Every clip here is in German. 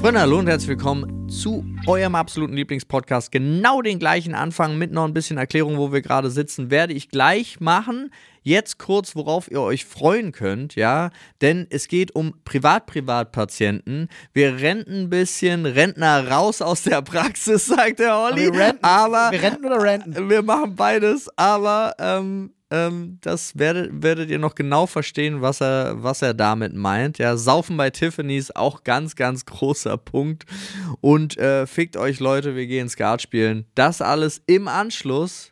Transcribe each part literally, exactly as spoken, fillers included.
Freunde, hallo und herzlich willkommen zu eurem absoluten Lieblingspodcast. Genau den gleichen Anfang mit noch ein bisschen Erklärung, wo wir gerade sitzen, werde ich gleich machen. Jetzt kurz, worauf ihr euch freuen könnt, ja, denn es geht um Privat-Privat-Patienten. Wir renten ein bisschen Rentner raus aus der Praxis, sagt der Olli. Wir renten, aber wir renten oder renten? Wir machen beides, aber ähm, ähm, das werdet, werdet ihr noch genau verstehen, was er, was er damit meint. Ja, Saufen bei Tiffany's, auch ganz, ganz großer Punkt. Und äh, fickt euch, Leute, wir gehen Skat spielen. Das alles im Anschluss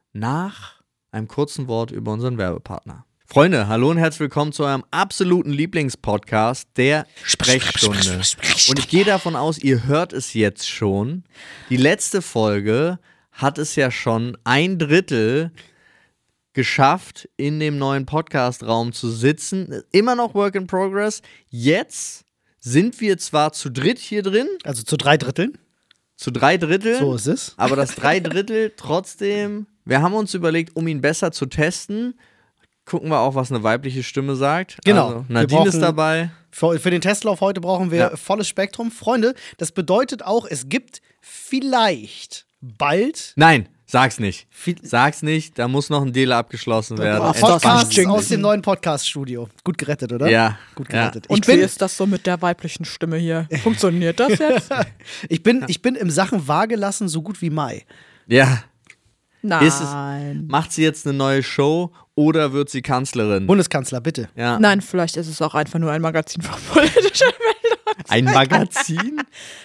nach einem kurzen Wort über unseren Werbepartner. Freunde, hallo und herzlich willkommen zu eurem absoluten Lieblingspodcast, der Sprechstunde. Und ich gehe davon aus, ihr hört es jetzt schon. Die letzte Folge hat es ja schon ein Drittel geschafft, in dem neuen Podcast-Raum zu sitzen. Immer noch Work in Progress. Jetzt sind wir zwar zu dritt hier drin. Also zu drei Dritteln. Zu drei Dritteln. So ist es. Aber das drei Drittel trotzdem, wir haben uns überlegt, um ihn besser zu testen, gucken wir auch, was eine weibliche Stimme sagt. Genau. Also Nadine ist dabei. Für, für den Testlauf heute brauchen wir Ja. volles Spektrum. Freunde, das bedeutet auch, es gibt vielleicht bald Nein, sag's nicht. Viel- Sag's nicht, da muss noch ein Deal abgeschlossen werden. Boah, Entspannt. Podcasts Jingle. aus dem neuen Podcast-Studio. Gut gerettet, oder? Ja. Gut Ja. gerettet. Und Ich bin, wie ist das so mit der weiblichen Stimme hier? Funktioniert das jetzt? ich, bin, ich bin im Sachen wahrgelassen so gut wie Mai. Ja. Nein. Ist es- Macht sie jetzt eine neue Show oder wird sie Kanzlerin? Bundeskanzler, bitte. Ja. Nein, vielleicht ist es auch einfach nur ein Magazin von politischer Meldung. Ein Magazin?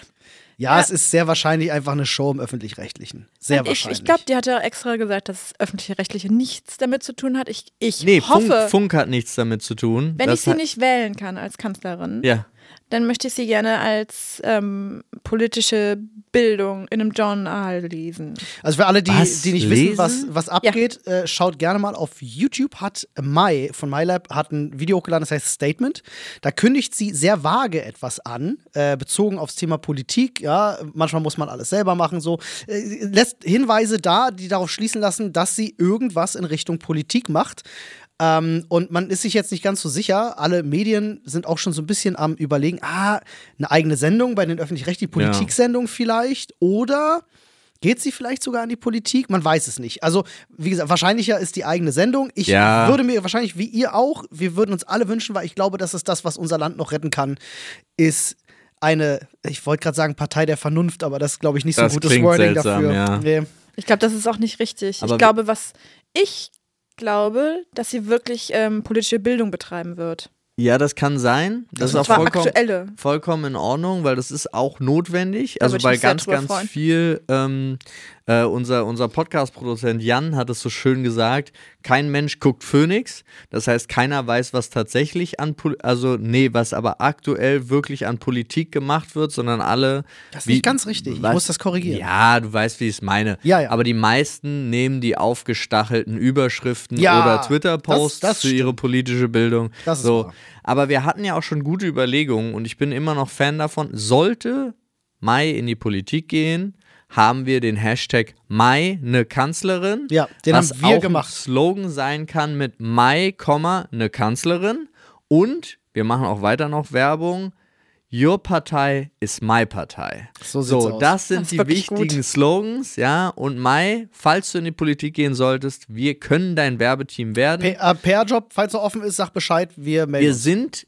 Ja, Ja. es ist sehr wahrscheinlich einfach eine Show im Öffentlich-Rechtlichen. Sehr ich wahrscheinlich. ich glaube, die hat ja extra gesagt, dass öffentlich-rechtliche nichts damit zu tun hat. Ich, ich Nee, Funk, hoffe, Funk hat nichts damit zu tun. wenn Das ich sie hat- nicht wählen kann als Kanzlerin, Ja. dann möchte ich sie gerne als ähm, politische Bildung in einem Journal lesen. Also für alle, die, Was? die nicht Lesen? wissen, was, was abgeht, äh, schaut gerne mal auf YouTube. Hat Mai von MyLab hat ein Video hochgeladen, das heißt Statement. Da kündigt sie sehr vage etwas an, äh, bezogen aufs Thema Politik. Ja, manchmal muss man alles selber machen. So äh, lässt Hinweise da, die darauf schließen lassen, dass sie irgendwas in Richtung Politik macht. Ähm, und man ist sich jetzt nicht ganz so sicher. Alle Medien sind auch schon so ein bisschen am Überlegen, ah, eine eigene Sendung bei den öffentlich-rechtlichen Politiksendungen vielleicht. Oder geht sie vielleicht sogar an die Politik? Man weiß es nicht. Also, wie gesagt, wahrscheinlicher ist die eigene Sendung. Ich Ja. würde mir wahrscheinlich, wie ihr auch, wir würden uns alle wünschen, weil ich glaube, das ist das, was unser Land noch retten kann, ist eine, ich wollte gerade sagen, Partei der Vernunft, aber das ist, glaube ich, nicht so Das ein gutes klingt Wording seltsam, dafür. ja. Nee. Ich glaube, das ist auch nicht richtig. Aber ich glaube, was ich glaube, dass sie wirklich ähm, politische Bildung betreiben wird. Ja, das kann sein. Das ist Und auch zwar vollkommen, aktuelle. vollkommen in Ordnung, weil das ist auch notwendig. Da Also würde ich bei mich sehr ganz, drüber ganz freuen. viel, ähm, äh, unser, unser Podcast-Produzent Jan hat es so schön gesagt, kein Mensch guckt Phoenix. Das heißt, keiner weiß, was tatsächlich an, Pol- also nee, was aber aktuell wirklich an Politik gemacht wird, sondern alle. Das ist wie- nicht ganz richtig. Ich was- muss das korrigieren. Ja, du weißt, wie ich es meine. Ja, ja. Aber die meisten nehmen die aufgestachelten Überschriften Ja, oder Twitter-Posts das- das für ihre stimmt. politische Bildung. Das ist so. wahr. Aber wir hatten ja auch schon gute Überlegungen und ich bin immer noch Fan davon. Sollte Mai in die Politik gehen, haben wir den Hashtag Mai ne Kanzlerin. Ja, den was haben wir auch gemacht. ein Slogan sein kann mit Mai, ne Kanzlerin. Und wir machen auch weiter noch Werbung. Your Partei ist my Partei. So sieht's So, aus. das sind Das ist die wirklich wichtigen gut. Slogans, ja. Und Mai, falls du in die Politik gehen solltest, wir können dein Werbeteam werden. P- äh, P R-Job, falls er offen ist, sag Bescheid, wir melden Wir uns. sind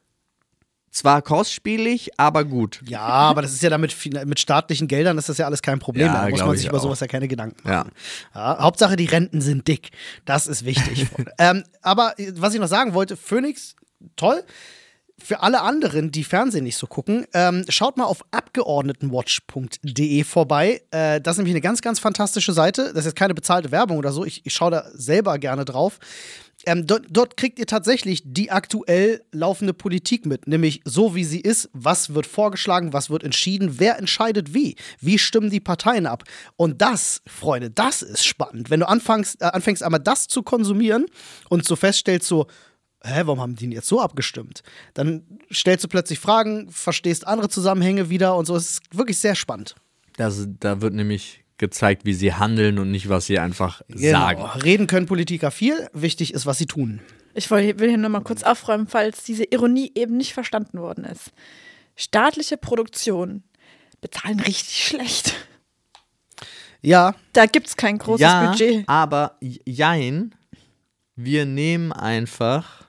zwar kostspielig, aber gut. Ja, aber das ist ja damit fin- mit staatlichen Geldern ist das ja alles kein Problem. Ja, da muss glaub man ich sich über auch. sowas ja keine Gedanken Ja. machen. Ja, Hauptsache, die Renten sind dick. Das ist wichtig. Freunde. ähm, aber äh, was ich noch sagen wollte, Phoenix, toll. Für alle anderen, die Fernsehen nicht so gucken, ähm, schaut mal auf abgeordnetenwatch punkt de vorbei. Äh, das ist nämlich eine ganz, ganz fantastische Seite. Das ist jetzt keine bezahlte Werbung oder so. Ich, ich schaue da selber gerne drauf. Ähm, dort, dort kriegt ihr tatsächlich die aktuell laufende Politik mit, nämlich so wie sie ist, was wird vorgeschlagen, was wird entschieden, wer entscheidet wie, wie stimmen die Parteien ab. Und das, Freunde, das ist spannend. Wenn du anfängst, äh, anfängst einmal das zu konsumieren und so feststellst so, hä, warum haben die denn jetzt so abgestimmt? Dann stellst du plötzlich Fragen, verstehst andere Zusammenhänge wieder und so. Es ist wirklich sehr spannend. Das, da wird nämlich gezeigt, wie sie handeln und nicht, was sie einfach sagen. Reden können Politiker viel, wichtig ist, was sie tun. Ich will will hier nochmal kurz aufräumen, falls diese Ironie eben nicht verstanden worden ist. staatliche Produktionen bezahlen richtig schlecht. Ja. Da gibt es kein großes ja, Budget. aber jein, wir nehmen einfach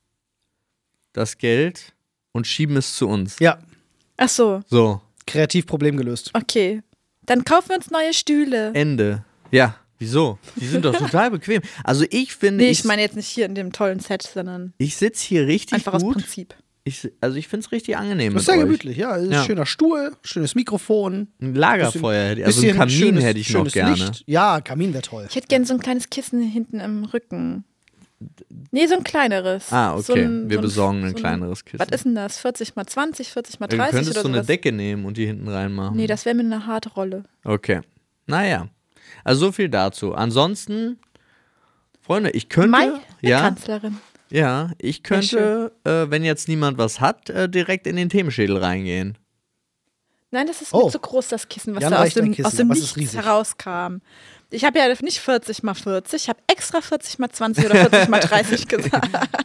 das Geld und schieben es zu uns. Ja. Ach so, So, Kreativproblem gelöst. okay. Dann kaufen wir uns neue Stühle. Ende. Ja, wieso? Die sind doch total bequem. Also ich finde, Nee, ich, ich meine jetzt nicht hier in dem tollen Set, sondern ich sitze hier richtig einfach aus gut. Prinzip. Ich, also ich finde es richtig angenehm Das ist mit sehr euch. gemütlich, ja. Es ist Ja. ein schöner Stuhl, schönes Mikrofon. Ein Lagerfeuer, hätte ich- also ein bisschen Kamin schönes- hätte ich noch schönes gerne. Licht. Ja, Kamin wäre toll. Ich hätte gerne so ein kleines Kissen hinten im Rücken. Nee, so ein kleineres. Ah, okay. So ein, wir so ein, besorgen ein so kleineres Kissen. Was ist denn das? vierzig mal zwanzig, vierzig mal Du dreißig könntest oder so eine sowas? Decke nehmen und die hinten reinmachen. Nee, das wäre mir eine harte Rolle. Okay. Naja. Also so viel dazu. Ansonsten, Freunde, ich könnte. Mai, ja, Kanzlerin. ja, ich könnte, äh, wenn jetzt niemand was hat, äh, direkt in den Themenschädel reingehen. Nein, das ist Oh. mir zu groß, das Kissen, was Jan da aus reicht ein dem, Kissen, aus dem aber es ist Nichts riesig. herauskam. Ich habe ja nicht vierzig mal vierzig, ich habe extra vierzig mal zwanzig oder vierzig mal dreißig gesagt.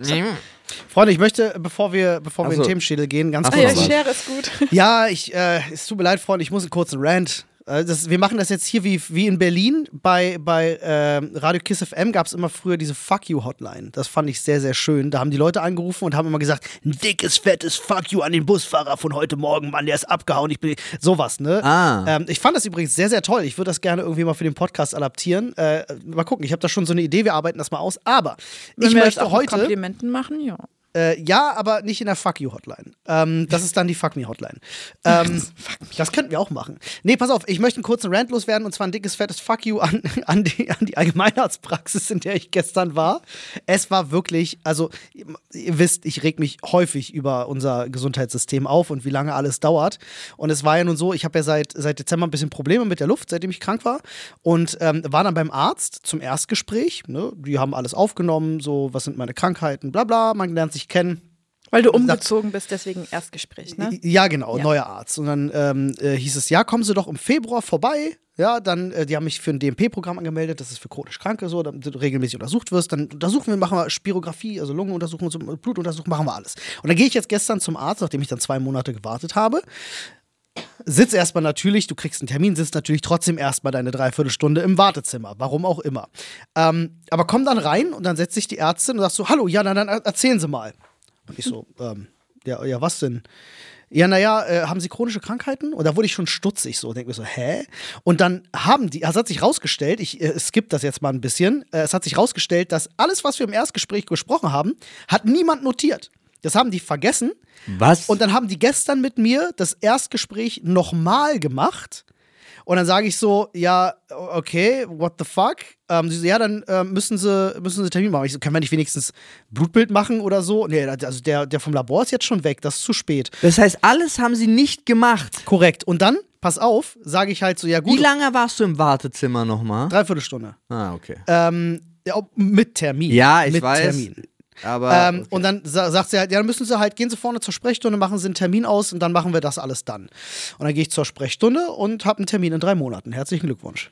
Freunde, ich möchte, bevor wir, bevor wir in Ach so. den Themenschädel gehen, ganz Ach Ah so, ja, kurz. was? Schere ist gut. Ja, ich, äh, es tut mir leid, Freunde, ich muss einen kurzen Rant. Äh, Das, wir machen das jetzt hier wie, wie in Berlin. Bei, bei äh, Radio Kiss F M gab es immer früher diese Fuck You Hotline. Das fand ich sehr, sehr schön. Da haben die Leute angerufen und haben immer gesagt, ein dickes, fettes Fuck You an den Busfahrer von heute Morgen, Mann, der ist abgehauen. Ich bin sowas, ne? Ah. Ähm, ich fand das übrigens sehr, sehr toll. Ich würde das gerne irgendwie mal für den Podcast adaptieren. Äh, mal gucken, ich habe da schon so eine Idee, wir arbeiten das mal aus. Aber Wenn ich wir das möchte auch mit heute. Komplimenten machen, ja. Äh, ja, aber nicht in der Fuck You Hotline. Ähm, das ist dann die Fuck Me Hotline. Ähm, das könnten wir auch machen. Nee, pass auf, ich möchte einen kurzen Rant loswerden und zwar ein dickes, fettes Fuck You an, an, die, an die Allgemeinarztpraxis, in der ich gestern war. Es war wirklich, also, ihr wisst, ich reg mich häufig über unser Gesundheitssystem auf und wie lange alles dauert. Und es war ja nun so, ich habe ja seit, seit Dezember ein bisschen Probleme mit der Luft, seitdem ich krank war. Und ähm, war dann beim Arzt zum Erstgespräch. Ne? Die haben alles aufgenommen, so, was sind meine Krankheiten, bla bla, man lernt sich kennen. Weil du umgezogen bist, deswegen Erstgespräch, ne? Ja, genau, Ja. neuer Arzt. Und dann ähm, äh, hieß es, ja, kommen Sie doch im Februar vorbei. Ja, dann, äh, die haben mich für ein D M P-Programm angemeldet, das ist für chronisch Kranke so, damit du regelmäßig untersucht wirst. Dann untersuchen wir, machen wir Spirographie, also Lungenuntersuchung, so, Blutuntersuchung, machen wir alles. Und dann gehe ich jetzt gestern zum Arzt, nachdem ich dann zwei Monate gewartet habe. Sitz erstmal natürlich, du kriegst einen Termin, sitzt natürlich trotzdem erstmal deine Dreiviertelstunde im Wartezimmer, warum auch immer. Ähm, aber komm dann rein und dann setzt sich die Ärztin und sagt so, hallo, ja, dann, dann erzählen Sie mal. Und ich so, ähm, ja, ja, was denn? Ja, naja, äh, haben Sie chronische Krankheiten? Und da wurde ich schon stutzig so, denke mir so, hä? Und dann haben die, also es hat sich rausgestellt, ich äh, skippe das jetzt mal ein bisschen, äh, es hat sich rausgestellt, dass alles, was wir im Erstgespräch gesprochen haben, hat niemand notiert. Das haben die vergessen. Was? Und dann haben die gestern mit mir das Erstgespräch nochmal gemacht. Und dann sage ich so, ja, okay, what the fuck? Ähm, sie so, ja, dann äh, müssen sie müssen sie Termin machen. Ich so, können wir nicht wenigstens Blutbild machen oder so? Nee, also der, der vom Labor ist jetzt schon weg, das ist zu spät. Das heißt, alles haben sie nicht gemacht. Korrekt. Und dann, pass auf, sage ich halt so, ja gut. Wie lange warst du im Wartezimmer nochmal? Dreiviertelstunde. Ah, okay. Ähm, ja, mit Termin. Ja, ich mit weiß. Termin. Aber Ähm, okay. Und dann sa sagt sie halt, ja, dann müssen sie halt, gehen sie vorne zur Sprechstunde, machen sie einen Termin aus und dann machen wir das alles dann. Und dann gehe ich zur Sprechstunde und habe einen Termin in drei Monaten. Herzlichen Glückwunsch.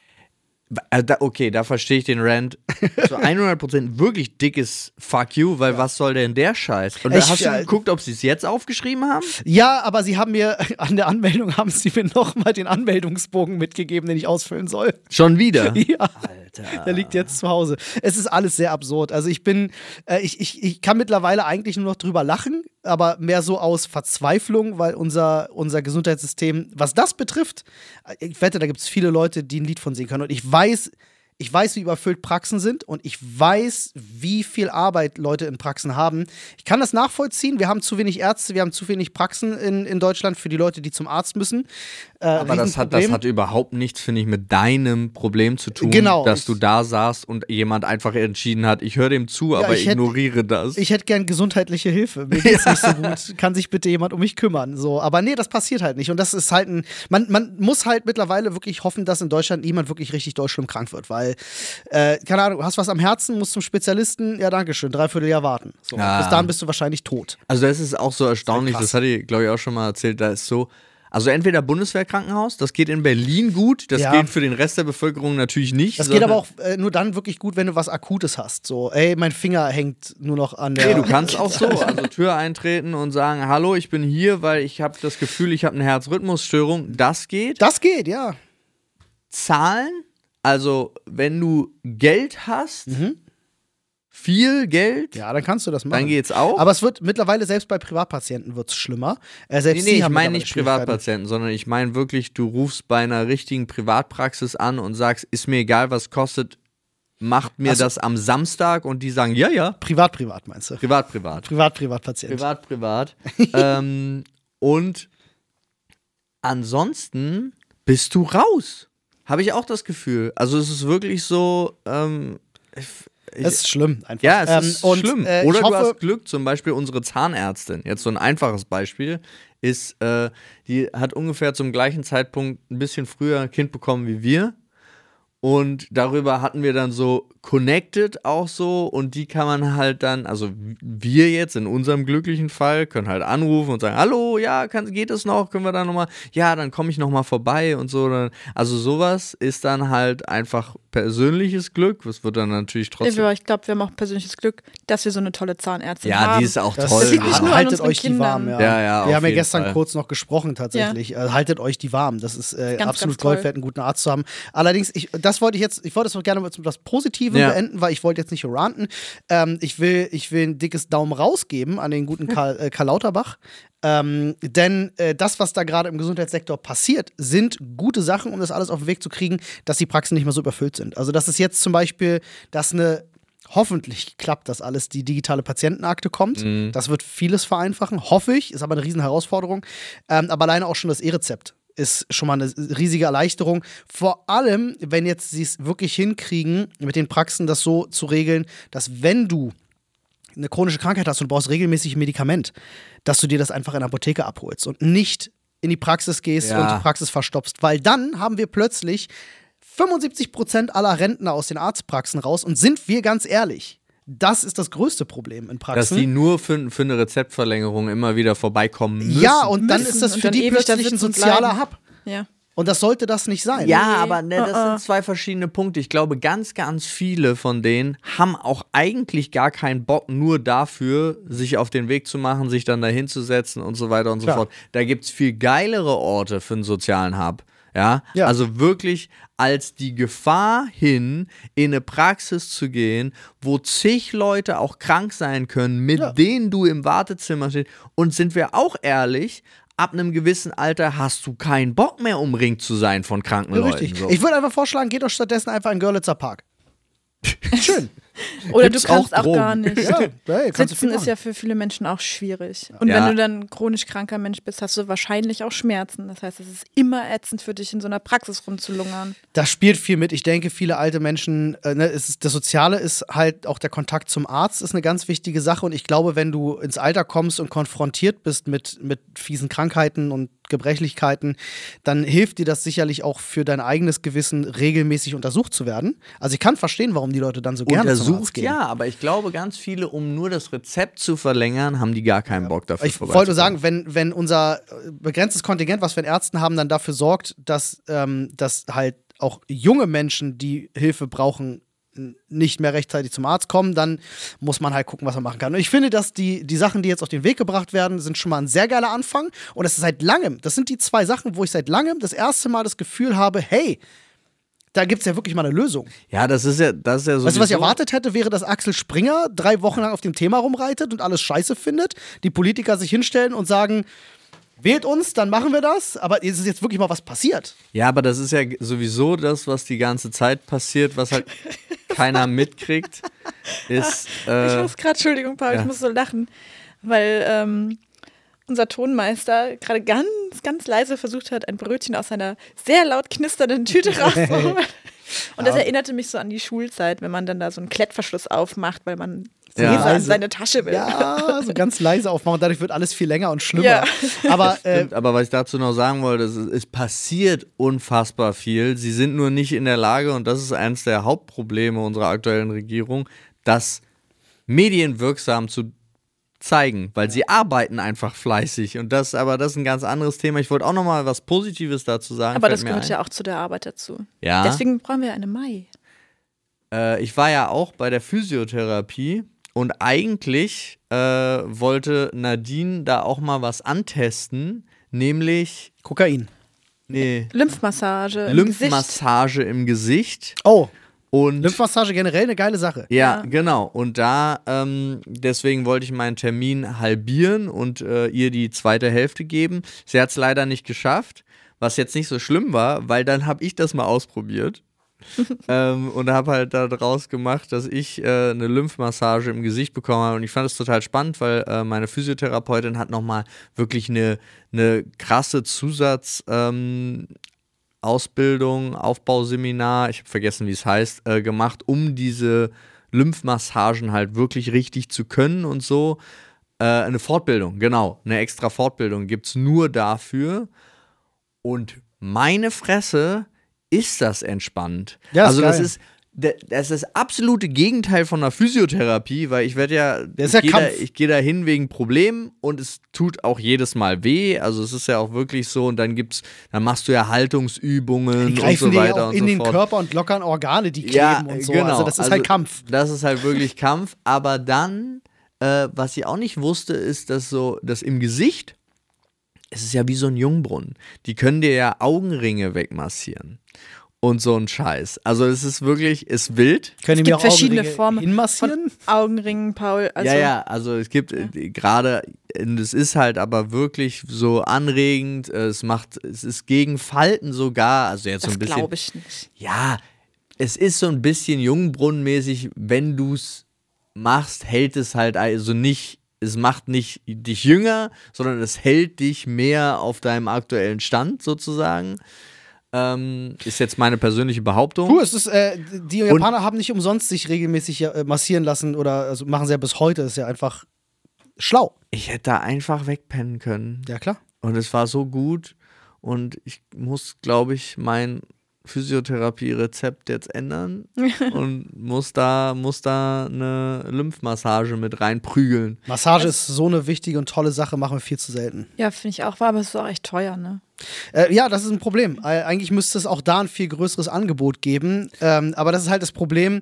Äh, da, okay, da verstehe ich den Rant. Zu hundert Prozent wirklich dickes Fuck you, weil was soll denn der Scheiß? Und da Ich- hast du ja, geguckt, ob sie es jetzt aufgeschrieben haben? Ja, aber sie haben mir, an der Anmeldung haben sie mir nochmal den Anmeldungsbogen mitgegeben, den ich ausfüllen soll. Schon wieder? Ja. Alter. Der liegt jetzt zu Hause. Es ist alles sehr absurd. Also ich bin, äh, ich, ich, ich kann mittlerweile eigentlich nur noch drüber lachen, aber mehr so aus Verzweiflung, weil unser, unser Gesundheitssystem, was das betrifft, ich wette, da gibt es viele Leute, die ein Lied von singen können. Und ich weiß, ich weiß, wie überfüllt Praxen sind und ich weiß, wie viel Arbeit Leute in Praxen haben. Ich kann das nachvollziehen. Wir haben zu wenig Ärzte, wir haben zu wenig Praxen in, in Deutschland für die Leute, die zum Arzt müssen. Äh, Aber das hat, das Riesenproblem. hat überhaupt nichts, finde ich, mit deinem Problem zu tun, Genau. dass du da saßt und jemand einfach entschieden hat, ich höre dem zu, aber ich hätt- ignoriere das. Ich hätte gern gesundheitliche Hilfe. Mir geht's nicht so gut. Kann sich bitte jemand um mich kümmern? So, aber nee, das passiert halt nicht. Und das ist halt ein. Man, man muss halt mittlerweile wirklich hoffen, dass in Deutschland niemand wirklich richtig doll schlimm krank wird. Weil, äh, keine Ahnung, du hast was am Herzen, musst zum Spezialisten, ja, dankeschön, dreiviertel Jahr warten. So, Ah. bis dahin bist du wahrscheinlich tot. Also das ist auch so erstaunlich, krass. das hatte ich, glaube ich, auch schon mal erzählt, da ist so, Also entweder Bundeswehrkrankenhaus, das geht in Berlin gut, das Ja. geht für den Rest der Bevölkerung natürlich nicht. Das geht aber sondern- auch äh, nur dann wirklich gut, wenn du was Akutes hast. So, ey, mein Finger hängt nur noch an der. Nee, du kannst auch so, also Tür eintreten und sagen, hallo, ich bin hier, weil ich habe das Gefühl, ich habe eine Herzrhythmusstörung. Das geht. Das geht, ja. Zahlen, also wenn du Geld hast, viel Geld, Mhm. Ja, dann kannst du das machen. dann geht's auch. Aber es wird mittlerweile, selbst bei Privatpatienten wird es schlimmer. Äh, nee, selbst nee, die ich haben meine mittlerweile nicht Schwierigkeiten. Privatpatienten, sondern ich meine wirklich, du rufst bei einer richtigen Privatpraxis an und sagst, ist mir egal, was kostet, macht mir Ach so. das am Samstag und die sagen, ja, ja, Privat, privat meinst du? privat, privat. Privat, Privatpatient. Privat, privat. ähm, und ansonsten bist du raus. Habe ich auch das Gefühl. Also es ist wirklich so, ähm, ich, ich, Es ist schlimm einfach. ja, es Ähm, ist und, schlimm. Äh, Oder ich du hoffe, hast Glück, zum Beispiel unsere Zahnärztin, jetzt so ein einfaches Beispiel, ist, äh, die hat ungefähr zum gleichen Zeitpunkt ein bisschen früher ein Kind bekommen wie wir. Und darüber hatten wir dann so connected auch so und die kann man halt dann, also wir jetzt in unserem glücklichen Fall können halt anrufen und sagen, hallo, ja, kann, geht es noch, können wir da nochmal, ja, dann komme ich nochmal vorbei und so. Dann, also sowas ist dann halt einfach persönliches Glück, das wird dann natürlich trotzdem. Aber ich glaube, wir haben auch persönliches Glück, dass wir so eine tolle Zahnärztin Ja, haben. die ist auch das toll. Das liegt nicht ha- nur an haltet unseren euch die warm. Ja, Kindern. Ja, ja, Wir auf haben ja jeden gestern Fall. kurz noch gesprochen tatsächlich. Äh, haltet euch die warm. Das ist äh, Ganz, absolut ganz toll. Gold wert, einen guten Arzt zu haben. Allerdings, ich, das wollte ich jetzt, ich wollte es noch gerne mit etwas Positivem Ja. beenden, weil ich wollte jetzt nicht ranten. Ähm, ich, will, ich will ein dickes Daumen rausgeben an den guten Karl, äh, Karl Lauterbach. Ähm, denn äh, das, was da gerade im Gesundheitssektor passiert, sind gute Sachen, um das alles auf den Weg zu kriegen, dass die Praxen nicht mehr so überfüllt sind. Also, das ist jetzt zum Beispiel, dass eine hoffentlich klappt das alles, die digitale Patientenakte kommt. Das wird vieles vereinfachen, hoffe ich, ist aber eine riesen Herausforderung. Ähm, aber alleine auch schon das E-Rezept ist schon mal eine riesige Erleichterung. Vor allem, wenn jetzt sie es wirklich hinkriegen, mit den Praxen das so zu regeln, dass wenn du eine chronische Krankheit hast und du brauchst regelmäßig ein Medikament, dass du dir das einfach in der Apotheke abholst und nicht in die Praxis gehst Ja. und die Praxis verstopfst. Weil dann haben wir plötzlich fünfundsiebzig Prozent aller Rentner aus den Arztpraxen raus. Und sind wir ganz ehrlich, das ist das größte Problem in Dass Praxen. die nur für, für eine Rezeptverlängerung immer wieder vorbeikommen müssen. ja, und dann Müssen ist das und für dann die ewig da plötzlich ein sitzen und sozialer bleiben. Hub. Ja. Und das sollte das nicht sein. Ja, Nee. aber ne, das Uh-uh. sind zwei verschiedene Punkte. Ich glaube, ganz, ganz viele von denen haben auch eigentlich gar keinen Bock nur dafür, sich auf den Weg zu machen, sich dann dahin zu setzen und so weiter und Klar. so fort. Da gibt es viel geilere Orte für einen sozialen Hub. Ja? Ja. Also wirklich als die Gefahr hin, in eine Praxis zu gehen, wo zig Leute auch krank sein können, mit Ja. denen du im Wartezimmer stehst. Und sind wir auch ehrlich, ab einem gewissen Alter hast du keinen Bock mehr, umringt zu sein von kranken Ja, Leuten. richtig. So. Ich würde einfach vorschlagen, geht doch stattdessen einfach in den Görlitzer Park. Schön. Oder Gibt's du kannst auch auch, Drogen? gar nicht. Ja, hey, kannst du Sitzen viel ist machen. ja für viele Menschen auch schwierig. Und Ja. wenn du dann chronisch kranker Mensch bist, hast du wahrscheinlich auch Schmerzen. Das heißt, es ist immer ätzend für dich, in so einer Praxis rumzulungern. Das spielt viel mit. Ich denke, viele alte Menschen, äh, ne, es ist, das Soziale ist halt auch der Kontakt zum Arzt ist eine ganz wichtige Sache. Und ich glaube, wenn du ins Alter kommst und konfrontiert bist mit, mit fiesen Krankheiten und Gebrechlichkeiten, dann hilft dir das sicherlich auch für dein eigenes Gewissen, regelmäßig untersucht zu werden. Also ich kann verstehen, warum die Leute dann so gerne zum Arzt Untersucht, gehen. ja, aber ich glaube, ganz viele, um nur das Rezept zu verlängern, haben die gar keinen Bock dafür. Ich wollte nur sagen, wenn, wenn unser äh, begrenztes Kontingent, was wir in Ärzten haben, dann dafür sorgt, dass, ähm, dass halt auch junge Menschen, die Hilfe brauchen, n- nicht mehr rechtzeitig zum Arzt kommen, dann muss man halt gucken, was man machen kann. Und ich finde, dass die, die Sachen, die jetzt auf den Weg gebracht werden, sind schon mal ein sehr geiler Anfang. Und es ist seit langem, das sind die zwei Sachen, wo ich seit langem das erste Mal das Gefühl habe, hey, da gibt es ja wirklich mal eine Lösung. ja, das ist ja, das ist ja so. Weißt du, was ich erwartet hätte, wäre, dass Axel Springer drei Wochen lang auf dem Thema rumreitet und alles scheiße findet, die Politiker sich hinstellen und sagen, wählt uns, dann machen wir das, aber es ist jetzt wirklich mal was passiert. Ja, aber das ist ja sowieso das, was die ganze Zeit passiert, was halt keiner mitkriegt, ist. ich Äh, muss gerade, Entschuldigung, Paul, ja. ich muss so lachen, weil ähm, unser Tonmeister gerade ganz, ganz leise versucht hat, ein Brötchen aus einer sehr laut knisternden Tüte rauszuholen. Und das erinnerte mich so an die Schulzeit, wenn man dann da so einen Klettverschluss aufmacht, weil man Ja. Gläser in seine Tasche will. Ja, so ganz leise aufmachen, dadurch wird alles viel länger und schlimmer. Ja. Aber äh, Stimmt, aber was ich dazu noch sagen wollte, es, es passiert unfassbar viel. Sie sind nur nicht in der Lage, und das ist eines der Hauptprobleme unserer aktuellen Regierung, das medienwirksam zu zeigen, weil sie arbeiten einfach fleißig. Und das, aber das ist ein ganz anderes Thema. Ich wollte auch noch mal was Positives dazu sagen. Aber fällt das mir gehört ein. ja auch zu der Arbeit dazu. Ja. Deswegen brauchen wir eine Mai. Äh, ich war ja auch bei der Physiotherapie und eigentlich äh, wollte Nadine da auch mal was antesten, nämlich Kokain. nee, Lymphmassage im Lymphmassage im Gesicht. Oh, Und Lymphmassage generell eine geile Sache. ja, Ja. genau. Und da, ähm, deswegen wollte ich meinen Termin halbieren und äh, ihr die zweite Hälfte geben. Sie hat es leider nicht geschafft, was jetzt nicht so schlimm war, weil dann habe ich das mal ausprobiert. ähm, und habe halt daraus gemacht, dass ich äh, eine Lymphmassage im Gesicht bekommen habe. Und ich fand es total spannend, weil äh, meine Physiotherapeutin hat nochmal wirklich eine, eine krasse Zusatz- ähm, Ausbildung, Aufbauseminar, ich habe vergessen, wie es heißt, äh, gemacht, um diese Lymphmassagen halt wirklich richtig zu können und so. Äh, eine Fortbildung, genau, eine extra Fortbildung gibt es nur dafür. Und meine Fresse, ist das entspannt. Ja, ist also das geil. ist d- das ist das absolute Gegenteil von einer Physiotherapie, weil ich werde ja, Der ist ich ja gehe da, Kampf. ich gehe da hin wegen Problemen und es tut auch jedes Mal weh. Also es ist ja auch wirklich so und dann gibt's, dann machst du ja Haltungsübungen Die und greifen so dir ja weiter auch und in so den fort. Körper und lockern Organe, die kleben Ja, und so. genau. Also das ist Also halt Kampf. Das ist halt wirklich Kampf. Aber dann, äh, was ich auch nicht wusste, ist, dass so, dass im Gesicht, es ist ja wie so ein Jungbrunnen. Die können dir ja Augenringe wegmassieren. Und so ein Scheiß. Also es ist wirklich, ist wild. Können die Es mir gibt auch verschiedene Augenringe Formen hinmassieren? von Augenringen, Paul. Also, ja, ja, also es gibt äh, gerade, und es ist halt aber wirklich so anregend, äh, es macht, es ist gegen Falten sogar, also jetzt so das ein bisschen. glaube ich nicht. Ja, es ist so ein bisschen Jungbrunnenmäßig, wenn du es machst, hält es halt also nicht, es macht nicht dich jünger, sondern es hält dich mehr auf deinem aktuellen Stand sozusagen. Ähm, ist jetzt meine persönliche Behauptung. Du, es ist, äh, die Japaner haben nicht umsonst sich regelmäßig äh, massieren lassen oder also machen sie ja bis heute. Das ist ja einfach schlau. Ich hätte da einfach wegpennen können. Ja, klar. Und es war so gut. Und ich muss, glaube ich, mein Physiotherapie-Rezept jetzt ändern und muss da, muss da eine Lymphmassage mit reinprügeln. Massage ist so eine wichtige und tolle Sache, machen wir viel zu selten. Ja, finde ich auch, war aber es ist auch echt teuer, ne? Äh, ja, das ist ein Problem. Äh, eigentlich müsste es auch da ein viel größeres Angebot geben. Ähm, aber das ist halt das Problem,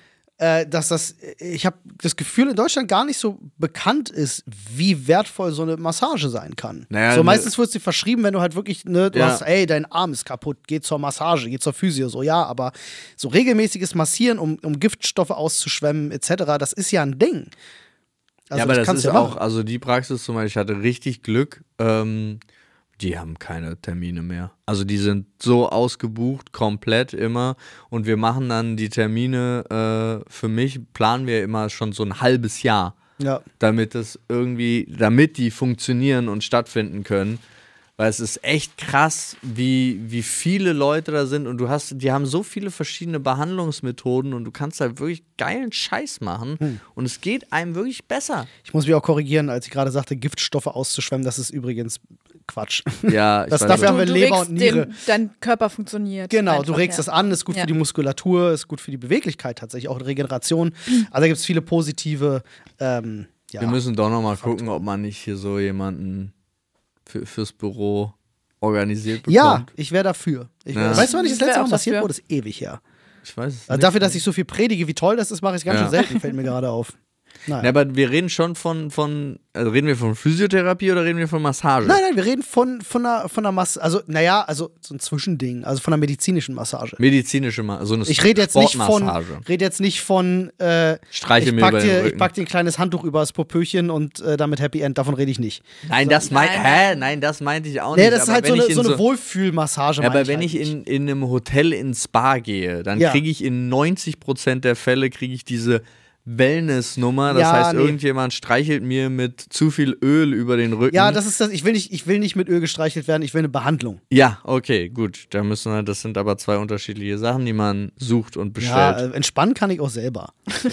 äh, dass das, ich habe das Gefühl, in Deutschland gar nicht so bekannt ist, wie wertvoll so eine Massage sein kann. Naja, so ne- meistens wird sie verschrieben, wenn du halt wirklich, ne, du Ja. hast, ey, dein Arm ist kaputt, geh zur Massage, geh zur Physio, so ja, aber so regelmäßiges Massieren, um, um Giftstoffe auszuschwemmen, et cetera, das ist ja ein Ding. Also ja, aber das kannst ist du ja auch, machen. also die Praxis zum Beispiel, ich hatte richtig Glück, ähm, die haben keine Termine mehr. Also die sind so ausgebucht, komplett immer. Und wir machen dann die Termine, äh, für mich planen wir immer schon so ein halbes Jahr, Ja. damit es irgendwie, damit die funktionieren und stattfinden können. Weil es ist echt krass, wie, wie viele Leute da sind und du hast, die haben so viele verschiedene Behandlungsmethoden und du kannst halt wirklich geilen Scheiß machen Hm. und es geht einem wirklich besser. Ich muss mich auch korrigieren, als ich gerade sagte, Giftstoffe auszuschwemmen, das ist übrigens Quatsch. Ja, ich Das weiß dafür auch. haben wir du Leber regst und Niere. Den, dein Körper funktioniert. Genau, einfach, du regst ja. das an, ist gut Ja. für die Muskulatur, ist gut für die Beweglichkeit tatsächlich, auch Regeneration. Also da gibt es viele positive, ähm, ja. Wir müssen doch noch mal gucken, ob man nicht hier so jemanden für, fürs Büro organisiert bekommt. Ja, ich wäre dafür. Ich wär, Ja. Weißt du, wann ich das Ich wär letzte Mal auch massiert dafür. wurde? Das ist ewig her. Ich weiß es Also nicht. dafür, dass ich so viel predige, wie toll das ist, mache ich es ganz Ja. schön selten, fällt mir gerade auf. Nein. Ja, aber wir reden schon von, von also reden wir von Physiotherapie oder reden wir von Massage? Nein, nein, wir reden von, von einer, von einer Massage, also, naja, also so ein Zwischending, also von einer medizinischen Massage. Medizinische Massage, so eine Ich rede jetzt nicht von, Sportmassage. rede jetzt nicht von, äh, Streiche ich mir pack, über den dir, ich Rücken. pack dir ein kleines Handtuch über das Popöchen und äh, damit Happy End, davon rede ich nicht. Nein, das meint, Nein, hä? Nein, das meinte ich auch Nee, nicht. das ist aber halt so wenn eine, ich so in eine Wohlfühlmassage. Ja, meine aber ich wenn halt ich nicht. in, in einem Hotel ins Spa gehe, dann Ja. kriege ich in neunzig Prozent der Fälle kriege ich diese Wellness-Nummer. Das Ja, heißt, nee. irgendjemand streichelt mir mit zu viel Öl über den Rücken. Ja, das ist das. Ich will nicht, ich will nicht mit Öl gestreichelt werden, ich will eine Behandlung. Ja, okay, gut. Da müssen wir, das sind aber zwei unterschiedliche Sachen, die man sucht und bestellt. Ja, äh, entspannen kann ich auch selber.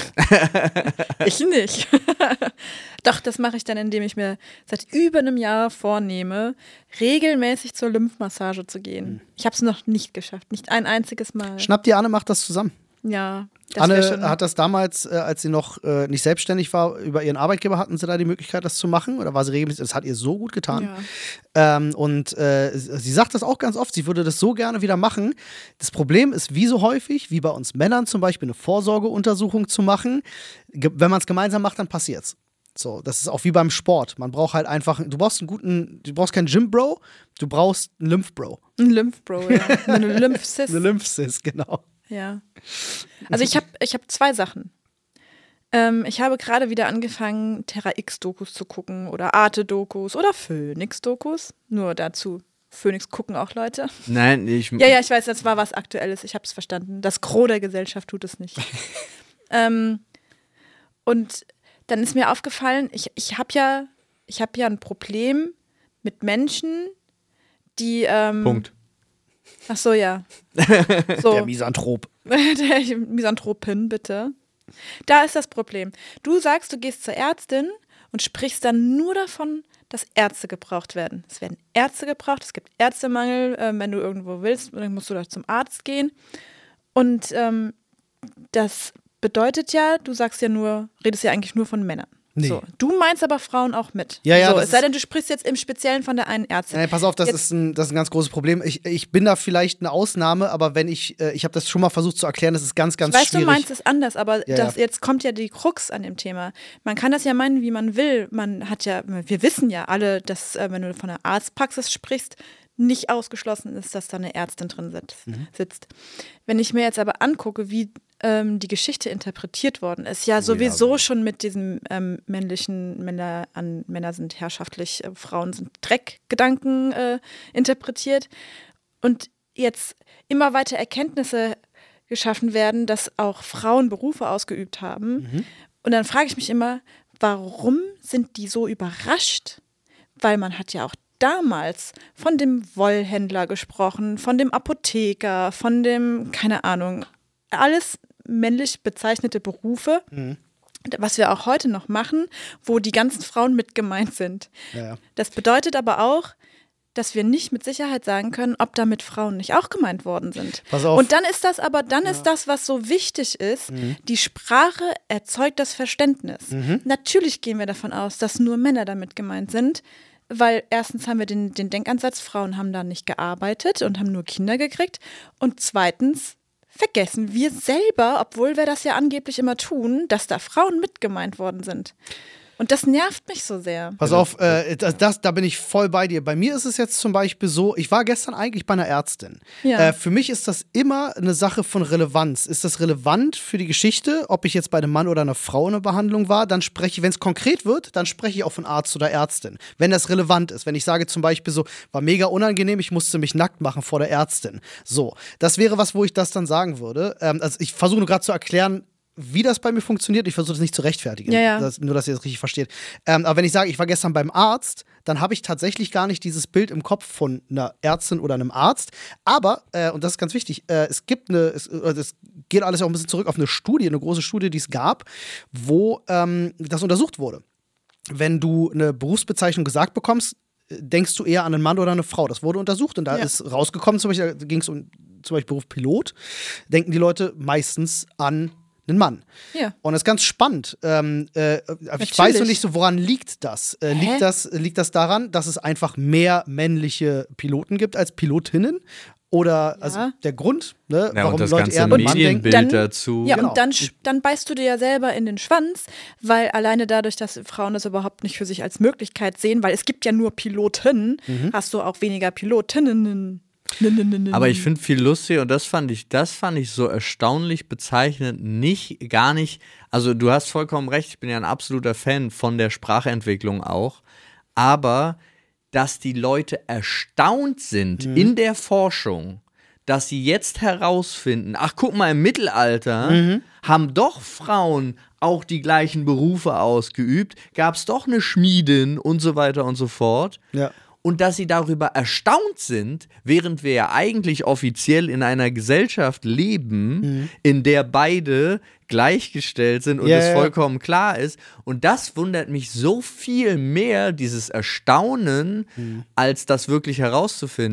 Ich nicht. Doch, das mache ich dann, indem ich mir seit über einem Jahr vornehme, regelmäßig zur Lymphmassage zu gehen. Ich habe es noch nicht geschafft, nicht ein einziges Mal. Schnapp dir Anne, macht das zusammen. Ja, Das Anne schon hat das damals, äh, als sie noch äh, nicht selbstständig war, über ihren Arbeitgeber hatten sie da die Möglichkeit, das zu machen? Oder war sie regelmäßig? Das hat ihr so gut getan. Ja. Ähm, und äh, sie sagt das auch ganz oft, sie würde das so gerne wieder machen. Das Problem ist, wie so häufig, wie bei uns Männern zum Beispiel, eine Vorsorgeuntersuchung zu machen. Ge- wenn man es gemeinsam macht, dann passiert's. So, das ist auch wie beim Sport. Man braucht halt einfach, du brauchst einen guten, du brauchst keinen Gym-Bro, du brauchst einen Lymph-Bro. Ein Lymphbro, ja. Eine Lymphcis. Eine Lymphcis, genau. Ja. Also ich habe ich hab zwei Sachen. Ähm, ich habe gerade wieder angefangen, Terra X-Dokus zu gucken oder Arte-Dokus oder Phoenix-Dokus. Nur dazu, Phoenix gucken auch Leute. Nein, ich. Ja, ja, ich weiß, das war was Aktuelles. Ich habe es verstanden. Das Gros der Gesellschaft tut es nicht. ähm, und dann ist mir aufgefallen, ich, ich habe ja, ich hab ja ein Problem mit Menschen, die. Ähm, Punkt. Ach so, ja. So. Der Misanthrop. Der Misanthropin, bitte. Da ist das Problem. Du sagst, du gehst zur Ärztin und sprichst dann nur davon, dass Ärzte gebraucht werden. Es werden Ärzte gebraucht, es gibt Ärztemangel. Äh, wenn du irgendwo willst, dann musst du da zum Arzt gehen. Und ähm, das bedeutet ja, du sagst ja nur, redest ja eigentlich nur von Männern. Nee. So. Du meinst aber Frauen auch mit. Ja, ja, so, das es sei ist- denn, du sprichst jetzt im Speziellen von der einen Ärztin. Nein, pass auf, das, Jetzt- ist ein, das ist ein ganz großes Problem. Ich, ich bin da vielleicht eine Ausnahme, aber wenn ich, äh, ich habe das schon mal versucht zu erklären, das ist ganz, ganz Ich weiß, schwierig. du meinst es anders, aber Ja, das, ja. jetzt kommt ja die Krux an dem Thema. Man kann das ja meinen, wie man will. Man hat ja, wir wissen ja alle, dass, äh, wenn du von einer Arztpraxis sprichst, nicht ausgeschlossen ist, dass da eine Ärztin drin sitzt. Mhm. sitzt. Wenn ich mir jetzt aber angucke, wie ähm, die Geschichte interpretiert worden ist, ja sowieso schon mit diesem ähm, männlichen Männer an Männer sind herrschaftlich, äh, Frauen sind Dreckgedanken äh, interpretiert und jetzt immer weiter Erkenntnisse geschaffen werden, dass auch Frauen Berufe ausgeübt haben. Mhm. Und dann frage ich mich immer, warum sind die so überrascht? Weil man hat ja auch damals von dem Wollhändler gesprochen, von dem Apotheker, von dem, keine Ahnung, alles männlich bezeichnete Berufe, Mhm. was wir auch heute noch machen, wo die ganzen Frauen mit gemeint sind. Ja, ja. Das bedeutet aber auch, dass wir nicht mit Sicherheit sagen können, ob damit Frauen nicht auch gemeint worden sind. Pass auf. Und dann ist das aber, dann ist das, was so wichtig ist, die Sprache erzeugt das Verständnis. Natürlich gehen wir davon aus, dass nur Männer damit gemeint sind, weil erstens haben wir den, den Denkansatz, Frauen haben da nicht gearbeitet und haben nur Kinder gekriegt. Und zweitens vergessen wir selber, obwohl wir das ja angeblich immer tun, dass da Frauen mit gemeint worden sind. Und das nervt mich so sehr. Pass auf, äh, das, das, da bin ich voll bei dir. Bei mir ist es jetzt zum Beispiel so, ich war gestern eigentlich bei einer Ärztin. Ja. Äh, für mich ist das immer eine Sache von Relevanz. Ist das relevant für die Geschichte, ob ich jetzt bei einem Mann oder einer Frau in einer Behandlung war? Dann spreche ich, wenn es konkret wird, dann spreche ich auch von Arzt oder Ärztin. Wenn das relevant ist. Wenn ich sage zum Beispiel so, war mega unangenehm, ich musste mich nackt machen vor der Ärztin. So, das wäre was, wo ich das dann sagen würde. Ähm, also ich versuche nur gerade zu erklären, wie das bei mir funktioniert. Ich versuche das nicht zu rechtfertigen. Ja, ja. Das, nur, dass ihr das richtig versteht. Ähm, aber wenn ich sage, ich war gestern beim Arzt, dann habe ich tatsächlich gar nicht dieses Bild im Kopf von einer Ärztin oder einem Arzt. Aber, äh, und das ist ganz wichtig, äh, es gibt eine, es, äh, das geht alles auch ein bisschen zurück auf eine Studie, eine große Studie, die es gab, wo ähm, das untersucht wurde. Wenn du eine Berufsbezeichnung gesagt bekommst, denkst du eher an einen Mann oder eine Frau. Das wurde untersucht und da Ja. ist rausgekommen, zum Beispiel, da ging es um zum Beispiel Beruf Pilot, denken die Leute meistens an einen Mann. Ja. Und das ist ganz spannend. Ähm, äh, ich Natürlich. weiß noch nicht so, woran liegt das? Äh, Hä? liegt das? Liegt das daran, dass es einfach mehr männliche Piloten gibt als Pilotinnen? Oder also der Grund, ne, Ja, warum und das Leute ganze eher an einen Mann denken? Medienbild Dann- dazu. Ja, Genau. und dann, sch- dann beißt du dir ja selber in den Schwanz, weil alleine dadurch, dass Frauen das überhaupt nicht für sich als Möglichkeit sehen, weil es gibt ja nur Piloten, Mhm. hast du auch weniger Pilotinnen. Aber ich finde viel lustig und das fand ich, das fand ich so erstaunlich bezeichnend, nicht, gar nicht, also du hast vollkommen recht, ich bin ja ein absoluter Fan von der Sprachentwicklung auch, aber dass die Leute erstaunt sind in der Forschung, dass sie jetzt herausfinden, ach guck mal, im Mittelalter haben doch Frauen auch die gleichen Berufe ausgeübt, gab es doch eine Schmiedin und so weiter und so fort. Ja. Und dass sie darüber erstaunt sind, während wir ja eigentlich offiziell in einer Gesellschaft leben, Mhm. in der beide gleichgestellt sind und Ja, es ja. vollkommen klar ist. Und das wundert mich so viel mehr, dieses Erstaunen, Mhm. als das wirklich herauszufinden.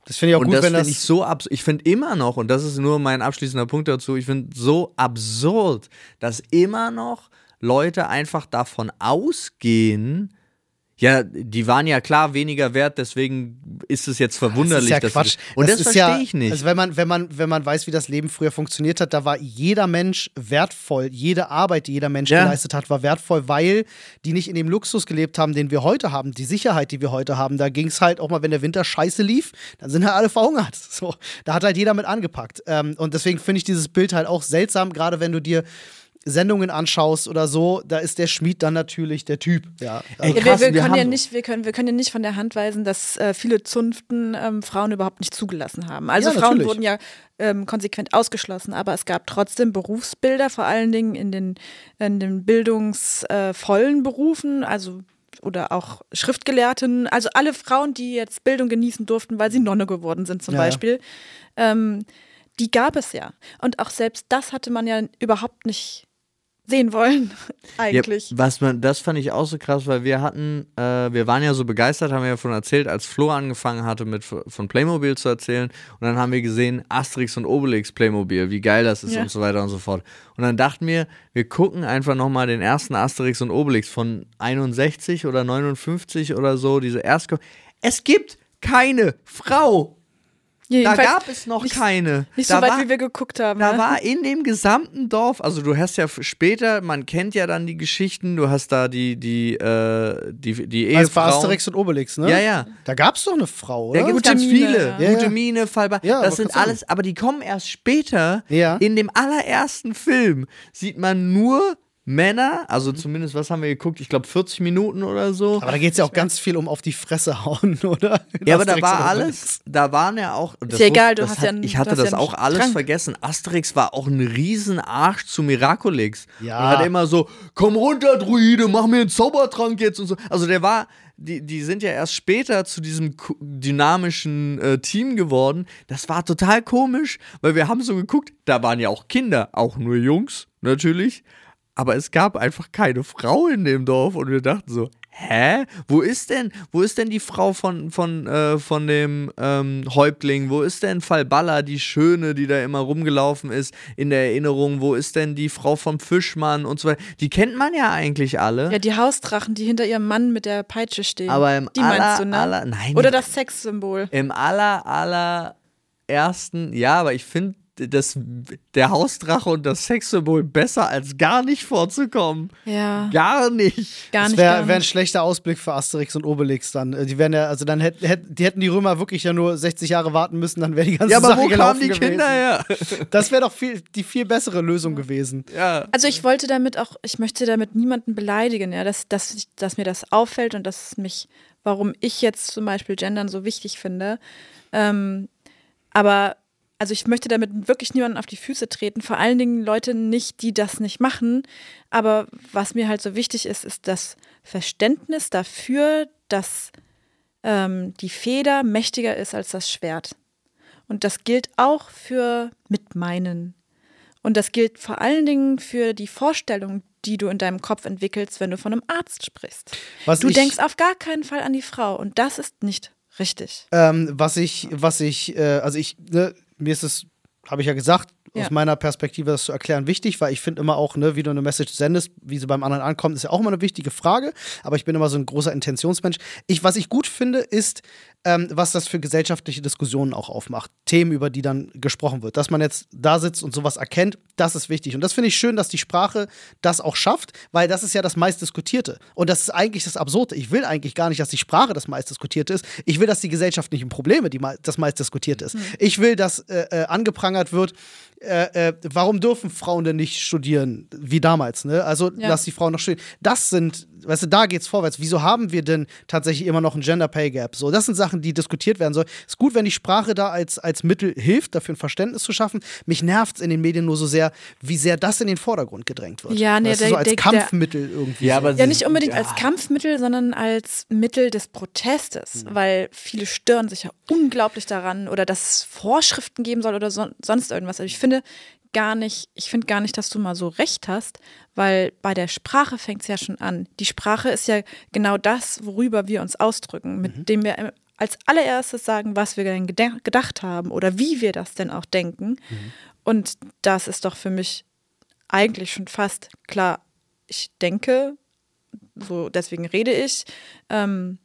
Das finde ich auch und gut, das wenn finde das. ich so absurd. Ich finde immer noch, und das ist nur mein abschließender Punkt dazu, ich finde so absurd, dass immer noch Leute einfach davon ausgehen, ja, die waren ja klar weniger wert, deswegen ist es jetzt verwunderlich. Das ist ja dass Quatsch. Sie, und das, ist verstehe ja, ich nicht. Also wenn man, wenn man, wenn man weiß, wie das Leben früher funktioniert hat, da war jeder Mensch wertvoll. Jede Arbeit, die jeder Mensch Ja. geleistet hat, war wertvoll, weil die nicht in dem Luxus gelebt haben, den wir heute haben, die Sicherheit, die wir heute haben. Da ging es halt auch mal, wenn der Winter scheiße lief, dann sind halt alle verhungert. So, da hat halt jeder mit angepackt. Ähm, und deswegen finde ich dieses Bild halt auch seltsam, gerade wenn du dir Sendungen anschaust oder so, da ist der Schmied dann natürlich der Typ. Ja, Ey, Ja, krass, wir, wir, wir können ja haben- nicht, wir, können, wir können ja nicht von der Hand weisen, dass äh, viele Zunften ähm, Frauen überhaupt nicht zugelassen haben. Also Ja, Frauen natürlich. wurden ja ähm, konsequent ausgeschlossen, aber es gab trotzdem Berufsbilder, vor allen Dingen in den, in den bildungsvollen Berufen, also oder auch Schriftgelehrten, also alle Frauen, die jetzt Bildung genießen durften, weil sie Nonne geworden sind zum Ja, ja. Beispiel, ähm, die gab es ja. Und auch selbst das hatte man ja überhaupt nicht sehen wollen, eigentlich. Ja, was man, das fand ich auch so krass, weil wir hatten, äh, wir waren ja so begeistert, haben wir ja von erzählt, als Flo angefangen hatte, mit von Playmobil zu erzählen. Und dann haben wir gesehen, Asterix und Obelix Playmobil, wie geil das ist Ja. und so weiter und so fort. Und dann dachten wir, wir gucken einfach nochmal den ersten Asterix und Obelix von einundsechzig oder neunundfünfzig oder so, diese erste. Es gibt keine Frau. Da Jedenfalls gab es noch nicht, keine. Nicht da so weit, war, wie wir geguckt haben. Da ne? war in dem gesamten Dorf, also du hast ja f- später, man kennt ja dann die Geschichten, du hast da die, die, äh, die, die Also bei Ehefrauen. Asterix und Obelix, ne? Ja, ja. Da gab es doch eine Frau, oder? Da gibt es Gute ganz Miene, viele. ja. Ja, Gute ja. Miene, Fallbar. Ja, das wollte sind grad alles, aber die kommen erst später. Ja. In dem allerersten Film sieht man nur Männer, also Mhm. zumindest, was haben wir geguckt? Ich glaube vierzig Minuten oder so. Aber da geht es ja auch ganz viel um auf die Fresse hauen, oder? In Ja, aber da Asterix war und alles, Obelix. da waren ja auch. Das ja egal, wusste- du das hast hat, ja einen- Ich du hatte hast das ja einen auch alles Strang. vergessen. Asterix war auch ein Riesenarsch zu Miraculix. Ja. Und hat immer so: Komm runter, Druide, mach mir einen Zaubertrank jetzt und so. Also der war. Die, die sind ja erst später zu diesem ku- dynamischen äh, Team geworden. Das war total komisch, weil wir haben so geguckt, da waren ja auch Kinder, auch nur Jungs, natürlich. Aber es gab einfach keine Frau in dem Dorf und wir dachten so, hä? Wo ist denn, wo ist denn die Frau von, von, äh, von dem ähm, Häuptling? Wo ist denn Falballa, die Schöne, die da immer rumgelaufen ist in der Erinnerung? Wo ist denn die Frau vom Fischmann und so weiter? Die kennt man ja eigentlich alle. Ja, die Hausdrachen, die hinter ihrem Mann mit der Peitsche stehen. Aber im die aller, meinst du, ne? aller, nein, Oder das Sexsymbol. im aller, aller ersten, ja, aber ich finde das, der Hausdrache und das Sexsymbol besser als gar nicht vorzukommen. Ja, Gar nicht. gar Das nicht. wäre gar wär ein nicht. schlechter Ausblick für Asterix und Obelix dann. Äh, Die wären ja, also dann hätt, hätt, die hätten die Römer wirklich ja nur sechzig Jahre warten müssen, dann wäre die ganze Ja, aber Sache wo gelaufen kamen die gewesen. Kinder her? Das wäre doch viel, die viel bessere Lösung gewesen. Ja. Also ich wollte damit auch, ich möchte damit niemanden beleidigen, ja, dass, dass, ich, dass mir das auffällt und dass mich, warum ich jetzt zum Beispiel Gendern so wichtig finde. Ähm, aber also ich möchte damit wirklich niemanden auf die Füße treten, vor allen Dingen Leute nicht, die das nicht machen. Aber was mir halt so wichtig ist, ist das Verständnis dafür, dass ähm, die Feder mächtiger ist als das Schwert. Und das gilt auch für Mitmeinen. Und das gilt vor allen Dingen für die Vorstellung, die du in deinem Kopf entwickelst, wenn du von einem Arzt sprichst. Was Du ich, denkst auf gar keinen Fall an die Frau und das ist nicht richtig. ähm, was ich, was ich, äh, also ich, ne, mir ist es, habe ich ja gesagt, Ja. aus meiner Perspektive das zu erklären wichtig, weil ich finde immer auch, ne, wie du eine Message sendest, wie sie beim anderen ankommt, ist ja auch immer eine wichtige Frage, aber ich bin immer so ein großer Intentionsmensch. Ich, was ich gut finde, ist, ähm, was das für gesellschaftliche Diskussionen auch aufmacht. Themen, über die dann gesprochen wird. Dass man jetzt da sitzt und sowas erkennt, das ist wichtig. Und das finde ich schön, dass die Sprache das auch schafft, weil das ist ja das meistdiskutierte. Und das ist eigentlich das Absurde. Ich will eigentlich gar nicht, dass die Sprache das meistdiskutierte ist. Ich will, dass die gesellschaftlichen Probleme die mei- das meistdiskutierte ist. Ich will, dass äh, äh, angeprangert wird, äh, äh, warum dürfen Frauen denn nicht studieren, wie damals, ne? Also Ja. lass die Frauen noch studieren. Das sind, weißt du, da geht's vorwärts. Wieso haben wir denn tatsächlich immer noch ein Gender Pay Gap? So, das sind Sachen, die diskutiert werden sollen. Ist gut, wenn die Sprache da als, als Mittel hilft, dafür ein Verständnis zu schaffen. Mich nervt's in den Medien nur so sehr, wie sehr das in den Vordergrund gedrängt wird. Ja, nee, weißt du, der- so als der- Kampfmittel irgendwie. Ja, so. aber Ja, sie- nicht unbedingt ja. als Kampfmittel, sondern als Mittel des Protestes, weil viele stören sich ja unglaublich daran oder dass es Vorschriften geben soll oder so, sonst irgendwas. Also ich finde gar nicht, ich finde gar nicht, dass du mal so recht hast, weil bei der Sprache fängt es ja schon an. Die Sprache ist ja genau das, worüber wir uns ausdrücken, mit dem wir als allererstes sagen, was wir denn gede- gedacht haben oder wie wir das denn auch denken. Mhm. Und das ist doch für mich eigentlich schon fast klar. Ich denke, so deswegen rede ich. Ähm,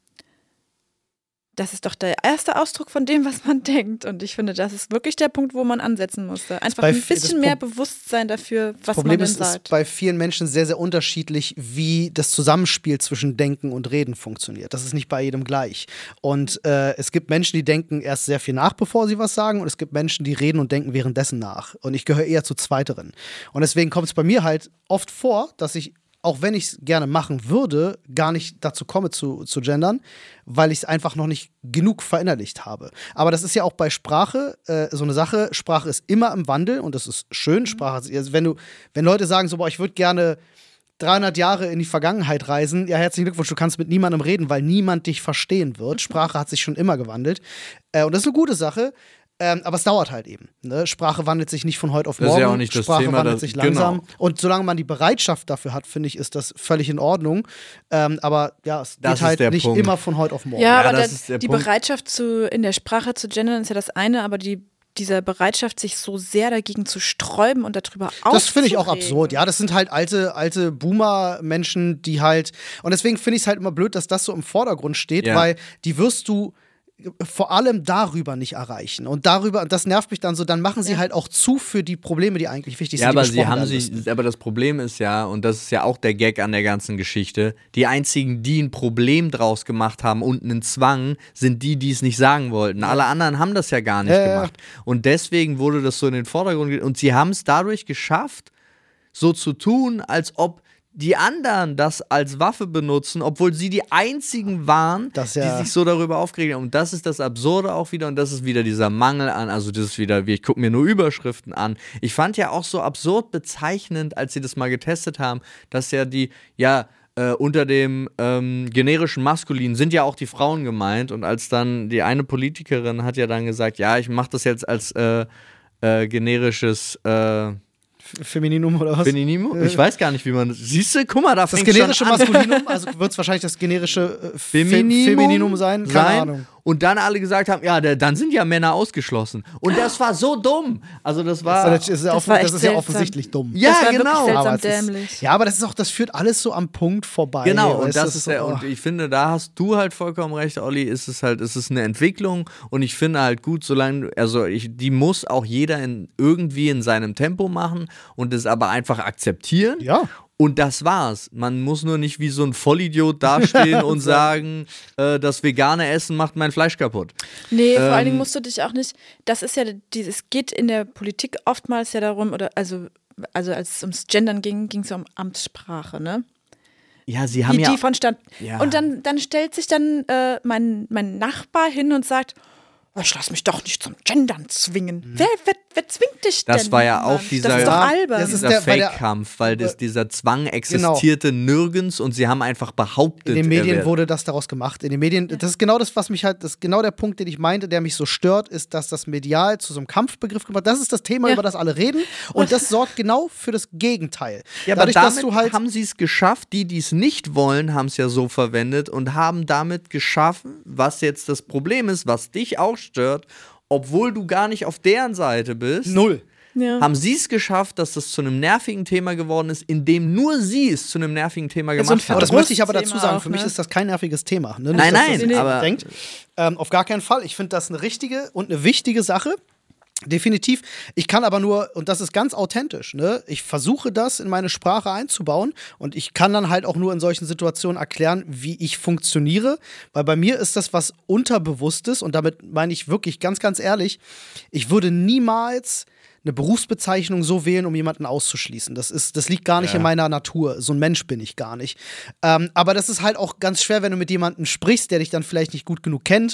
das ist doch der erste Ausdruck von dem, was man denkt. Und ich finde, das ist wirklich der Punkt, wo man ansetzen musste. Einfach ein bisschen mehr Bewusstsein dafür, was man denn sagt. Das Problem ist, es ist bei vielen Menschen sehr, sehr unterschiedlich, wie das Zusammenspiel zwischen Denken und Reden funktioniert. Das ist nicht bei jedem gleich. Und äh, es gibt Menschen, die denken erst sehr viel nach, bevor sie was sagen. Und es gibt Menschen, die reden und denken währenddessen nach. Und ich gehöre eher zu Zweiteren. Und deswegen kommt es bei mir halt oft vor, dass ich, auch wenn ich es gerne machen würde, gar nicht dazu komme zu, zu gendern, weil ich es einfach noch nicht genug verinnerlicht habe. Aber das ist ja auch bei Sprache äh, so eine Sache. Sprache ist immer im Wandel und das ist schön. Sprache, also wenn du, wenn Leute sagen so, boah, ich würde gerne dreihundert Jahre in die Vergangenheit reisen, ja, herzlichen Glückwunsch, du kannst mit niemandem reden, weil niemand dich verstehen wird. Sprache hat sich schon immer gewandelt. Äh, und das ist eine gute Sache. Ähm, aber es dauert halt eben. Ne? Sprache wandelt sich nicht von heute auf morgen. Das ist ja auch nicht das Sprache Thema, wandelt das, sich langsam. Genau. Und solange man die Bereitschaft dafür hat, finde ich, ist das völlig in Ordnung. Ähm, aber ja, es das geht halt nicht Punkt. immer von heute auf morgen. Ja, ja aber das der, ist die Punkt. Bereitschaft zu, in der Sprache zu gendern ist ja das eine, aber die diese Bereitschaft, sich so sehr dagegen zu sträuben und darüber aufzuregen. Das finde ich auch absurd. Ja, das sind halt alte, alte Boomer-Menschen, die halt. Und deswegen finde ich es halt immer blöd, dass das so im Vordergrund steht, ja. weil die wirst du vor allem darüber nicht erreichen. Und darüber, und das nervt mich dann so, dann machen sie ja. halt auch zu für die Probleme, die eigentlich wichtig ja, sind. Ja, aber sie haben sich, aber das Problem ist ja, und das ist ja auch der Gag an der ganzen Geschichte, die einzigen, die ein Problem draus gemacht haben und einen Zwang, sind die, die es nicht sagen wollten. Alle anderen haben das ja gar nicht ja, gemacht. Und deswegen wurde das so in den Vordergrund ge- und sie haben es dadurch geschafft, so zu tun, als ob die anderen das als Waffe benutzen, obwohl sie die einzigen waren, das, ja. die sich so darüber aufgeregt haben. Und das ist das Absurde auch wieder und das ist wieder dieser Mangel an, also das ist wieder, wie ich gucke mir nur Überschriften an. Ich fand ja auch so absurd bezeichnend, als sie das mal getestet haben, dass ja die, ja, äh, unter dem ähm, generischen Maskulin sind ja auch die Frauen gemeint und als dann die eine Politikerin hat ja dann gesagt, ja, ich mache das jetzt als äh, äh, generisches äh, Femininum oder was? Femininum? Ich weiß gar nicht, wie man. Siehst du, guck mal, da fängt das generische schon an. Maskulinum, also wird es wahrscheinlich das generische äh, Femininum, Femininum sein? Keine sein. Ahnung. Und dann alle gesagt haben, ja, der, dann sind ja Männer ausgeschlossen. Und das war so dumm. Also das war. Das ist ja, das war das ist ja seltsam. offensichtlich dumm. Ja, das war genau. Seltsam aber dämlich. Ist, ja, aber das ist auch, das führt alles so am Punkt vorbei. Genau, und weißt, das, das ist so, der, oh. und ich finde, da hast du halt vollkommen recht, Olli, ist es halt, ist es eine Entwicklung und ich finde halt gut, solange, also ich, die muss auch jeder in, irgendwie in seinem Tempo machen und es aber einfach akzeptieren. Ja. Und das war's. Man muss nur nicht wie so ein Vollidiot dastehen und sagen, äh, das vegane Essen macht mein Fleisch kaputt. Nee, vor Ähm, allen Dingen musst du dich auch nicht, das ist ja, es geht in der Politik oftmals ja darum, oder also, also als es ums Gendern ging, ging es ja um Amtssprache, ne? Ja, sie haben die, ja. die von Stand. Ja. Und dann, dann stellt sich dann äh, mein, mein Nachbar hin und sagt, ich lass mich doch nicht zum Gendern zwingen. Mhm. Wer, wer, wer zwingt dich denn? Das war ja auch Mann? dieser, das ist doch albern. Das ist dieser der- weil der- Fake-Kampf, weil das, dieser Zwang existierte nirgends und sie haben einfach behauptet. In den er Medien wär- wurde das daraus gemacht. In den Medien, das ist genau das, was mich halt, das ist genau der Punkt, den ich meinte, der mich so stört, ist, dass das medial zu so einem Kampfbegriff gemacht. Das ist das Thema, Ja. über das alle reden. Und das sorgt genau für das Gegenteil. Ja, aber Dadurch, damit dass du halt haben sie es geschafft, die, die es nicht wollen, haben es ja so verwendet und haben damit geschaffen, was jetzt das Problem ist, was dich auch stört, obwohl du gar nicht auf deren Seite bist. null. Ja. Haben sie es geschafft, dass das zu einem nervigen Thema geworden ist, indem nur sie es zu einem nervigen Thema Ja, so ein gemacht Aber haben. das möchte ich aber dazu Thema sagen. auch, Für mich ne? ist das kein nerviges Thema. Ne? Nein, dass nein, das aber- denkt. Ähm, auf gar keinen Fall. Ich finde das eine richtige und eine wichtige Sache. Definitiv. Ich kann aber nur, und das ist ganz authentisch, ne? Ich versuche das in meine Sprache einzubauen und ich kann dann halt auch nur in solchen Situationen erklären, wie ich funktioniere, weil bei mir ist das was Unterbewusstes und damit meine ich wirklich ganz, ganz ehrlich, ich würde niemals eine Berufsbezeichnung so wählen, um jemanden auszuschließen. Das ist, das liegt gar nicht Ja. in meiner Natur. So ein Mensch bin ich gar nicht. Ähm, aber das ist halt auch ganz schwer, wenn du mit jemandem sprichst, der dich dann vielleicht nicht gut genug kennt.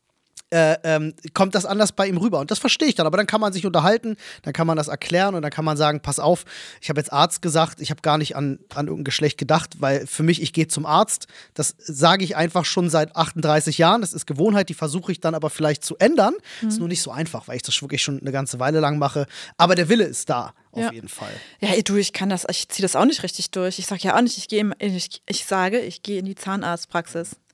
Äh, ähm, kommt das anders bei ihm rüber. Und das verstehe ich dann. Aber dann kann man sich unterhalten, dann kann man das erklären und dann kann man sagen, pass auf, ich habe jetzt Arzt gesagt, ich habe gar nicht an, an irgendein Geschlecht gedacht, weil für mich, ich gehe zum Arzt. Das sage ich einfach schon seit achtunddreißig Jahren. Das ist Gewohnheit, die versuche ich dann aber vielleicht zu ändern. Mhm. Ist nur nicht so einfach, weil ich das wirklich schon eine ganze Weile lang mache. Aber der Wille ist da, auf Ja. jeden Fall. Ja, ey, du, ich kann das, ich ziehe das auch nicht richtig durch. Ich sage ja auch nicht, ich gehe, im- ich, ich sage, ich gehe in die Zahnarztpraxis.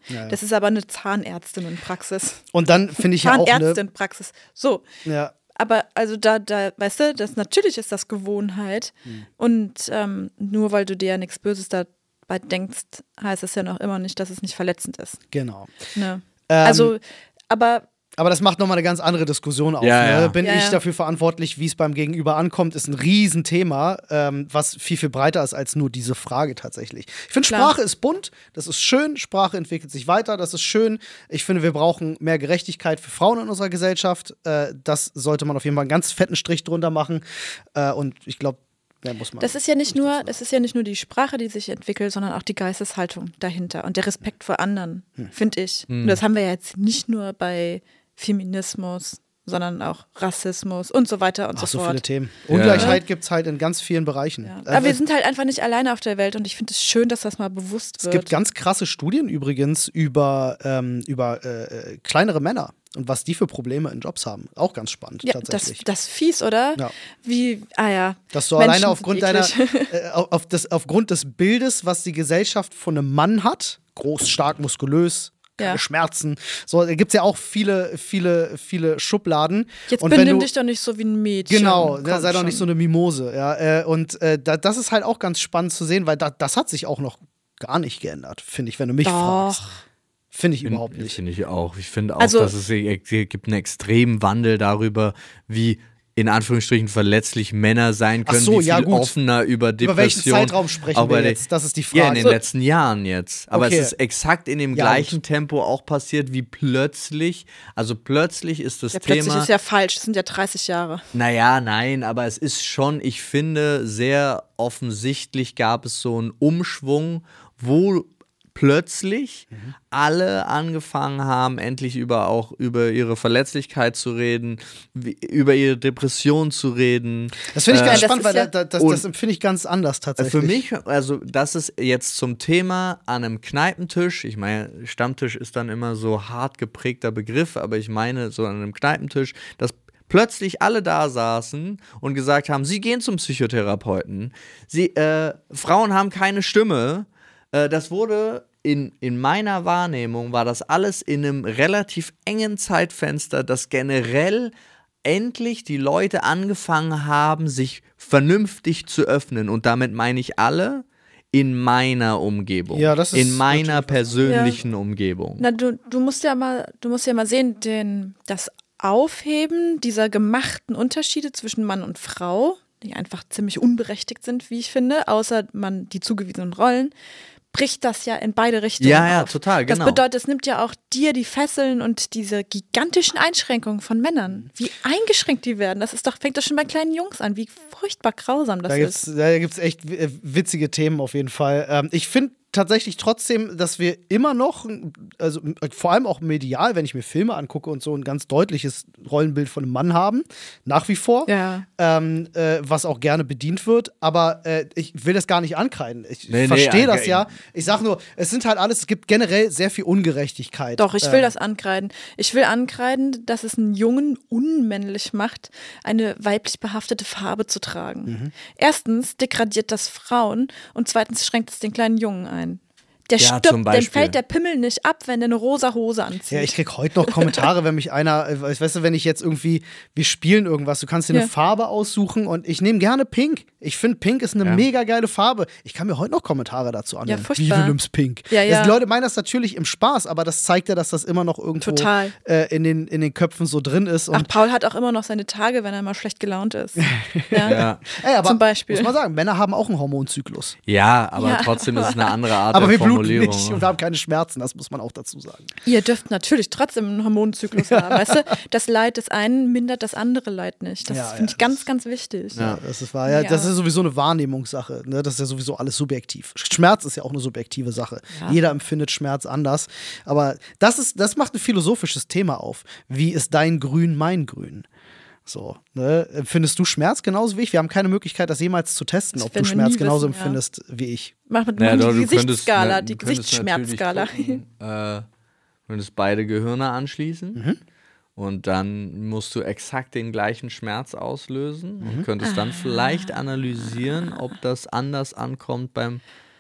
Ja. Das ist aber eine Zahnärztinnenpraxis. Und dann finde ich ja auch eine, Zahnärztinpraxis. So. ja, Aber also da, da, weißt du, das natürlich ist das Gewohnheit. Hm. Und ähm, nur weil du dir ja nichts Böses dabei denkst, heißt es ja noch immer nicht, dass es nicht verletzend ist. genau. Ne? Ähm, Also, aber Aber das macht nochmal eine ganz andere Diskussion auf. Ja, ne? ja. Bin Ja, ich ja. dafür verantwortlich, wie es beim Gegenüber ankommt, ist ein Riesenthema, ähm, was viel, viel breiter ist als nur diese Frage tatsächlich. Ich finde, Klar. Sprache ist bunt, das ist schön, Sprache entwickelt sich weiter, das ist schön. Ich finde, wir brauchen mehr Gerechtigkeit für Frauen in unserer Gesellschaft. Äh, das sollte man auf jeden Fall einen ganz fetten Strich drunter machen. Äh, und ich glaube, mehr muss man. das ist ja nicht dazu nur, sagen. es ist ja nicht nur die Sprache, die sich entwickelt, sondern auch die Geisteshaltung dahinter und der Respekt vor anderen, Hm. finde ich. Und das haben wir ja jetzt nicht nur bei Feminismus, sondern auch Rassismus und so weiter und Ach, so so fort. viele Themen. Ja. Ungleichheit gibt es halt in ganz vielen Bereichen. Ja. Äh, Aber wir sind halt einfach nicht alleine auf der Welt und ich finde es schön, dass das mal bewusst Es wird. gibt ganz krasse Studien übrigens über, ähm, über äh, äh, kleinere Männer und was die für Probleme in Jobs haben. Auch ganz spannend, ja, das, tatsächlich. das ist fies, oder? Ja. Wie, ah ja. Dass du Menschen alleine sind aufgrund deiner, eklig. äh, auf auf das, aufgrund des Bildes, was die Gesellschaft von einem Mann hat, groß, stark, muskulös, keine Ja. Schmerzen, so, da gibt es ja auch viele, viele, viele Schubladen. Jetzt und wenn benimm du, dich doch nicht so wie ein Mädchen. Genau, Komm ja, sei doch schon. nicht so eine Mimose. Ja, äh, und äh, da, das ist halt auch ganz spannend zu sehen, weil da, das hat sich auch noch gar nicht geändert, finde ich, wenn du mich Doch. fragst. Finde ich überhaupt nicht. Finde ich auch. Ich finde auch, Also- dass es hier gibt einen extremen Wandel darüber, wie in Anführungsstrichen verletzlich Männer sein Ach können, so, wie ja, viel gut. offener über Depressionen. Über welchen Zeitraum sprechen auch wir bei der- jetzt? Das ist die Ja, in Frage. den So- letzten Jahren jetzt. Aber Okay. es ist exakt in dem Ja, gleichen gut. Tempo auch passiert, wie plötzlich, also plötzlich ist das Ja, plötzlich Thema, ist ja falsch, das sind ja dreißig Jahre. naja, nein, aber es ist schon, ich finde, sehr offensichtlich gab es so einen Umschwung, wo plötzlich Mhm. alle angefangen haben, endlich über auch über ihre Verletzlichkeit zu reden, wie, über ihre Depression zu reden. Das finde ich ganz Äh, das spannend, ist weil ja- da, da, das, und- das empfinde ich ganz anders tatsächlich. Für mich, also das ist jetzt zum Thema an einem Kneipentisch, ich meine, Stammtisch ist dann immer so hart geprägter Begriff, aber ich meine so an einem Kneipentisch, dass plötzlich alle da saßen und gesagt haben, sie gehen zum Psychotherapeuten, sie, äh, Frauen haben keine Stimme. Äh, das wurde in, in meiner Wahrnehmung, war das alles in einem relativ engen Zeitfenster, dass generell endlich die Leute angefangen haben, sich vernünftig zu öffnen. Und damit meine ich alle in meiner Umgebung. Ja, das ist in meiner natürlich was persönlichen Umgebung. Na, du, du musst ja mal, du musst ja mal sehen, den, das Aufheben dieser gemachten Unterschiede zwischen Mann und Frau, die einfach ziemlich unberechtigt sind, wie ich finde, außer man die zugewiesenen Rollen, bricht das ja in beide Richtungen Ja, ja, auf. total, genau. Das bedeutet, es nimmt ja auch dir die Fesseln und diese gigantischen Einschränkungen von Männern, wie eingeschränkt die werden. Das ist doch, fängt doch schon bei kleinen Jungs an, wie furchtbar grausam das Da gibt's, ist. da gibt's echt w- witzige Themen auf jeden Fall. Ähm, ich finde tatsächlich trotzdem, dass wir immer noch, also äh, vor allem auch medial, wenn ich mir Filme angucke und so, ein ganz deutliches Rollenbild von einem Mann haben. Nach wie vor. Ja. Ähm, äh, was auch gerne bedient wird. Aber äh, ich will das gar nicht ankreiden. Ich Nee, nee, verstehe das anke- ja. Ich sag nur, es sind halt alles, es gibt generell sehr viel Ungerechtigkeit. Doch, ich will Ähm, das ankreiden. Ich will ankreiden, dass es einen Jungen unmännlich macht, eine weiblich behaftete Farbe zu tragen. Mhm. Erstens degradiert das Frauen und zweitens schränkt es den kleinen Jungen ein. Der Ja, zum stirbt, dem Beispiel. fällt der Pimmel nicht ab, wenn der eine rosa Hose anzieht. Ja, ich krieg heute noch Kommentare, wenn mich einer, äh, weißt du, wenn ich jetzt irgendwie, wir spielen irgendwas, du kannst dir eine Ja. Farbe aussuchen und ich nehme gerne Pink. Ich finde Pink ist eine Ja. mega geile Farbe. Ich kann mir heute noch Kommentare dazu anhören. furchtbar. Wie du nimmst Pink. Ja, ja. Das, die Leute meinen das natürlich im Spaß, aber das zeigt ja, dass das immer noch irgendwo Total. äh, in, den, in den Köpfen so drin ist. Und Ach, Paul hat auch immer noch seine Tage, wenn er mal schlecht gelaunt ist. Ja. Ja. ey, aber zum Beispiel. muss man sagen, Männer haben auch einen Hormonzyklus. Ja, aber Ja, trotzdem ist es eine andere Art Aber der wir bluten Formulierung. nicht und haben keine Schmerzen, das muss man auch dazu sagen. Ihr dürft natürlich trotzdem einen Hormonzyklus haben, weißt du? Das Leid des einen mindert das andere Leid nicht. Das Ja, finde ja, ich ganz, ganz wichtig. Ja, das ist wahr. Ja, Ja. das ist sowieso eine Wahrnehmungssache. Ne? Das ist ja sowieso alles subjektiv. Schmerz ist ja auch eine subjektive Sache. Ja. Jeder empfindet Schmerz anders. Aber das ist, das macht ein philosophisches Thema auf. Wie ist dein Grün mein Grün? So, ne? Empfindest du Schmerz genauso wie ich? Wir haben keine Möglichkeit, das jemals zu testen, Das ob du werden wir Schmerz nie genauso wissen, ja. empfindest wie ich. Mach mit Naja, mach doch, die du könntest, Gesichtsskala, na, die du könntest Gesichtsschmerzskala. natürlich gucken, äh, du könntest beide Gehirne anschließen Mhm. und dann musst du exakt den gleichen Schmerz auslösen Mhm. und könntest Ah. dann vielleicht analysieren, ob das anders ankommt beim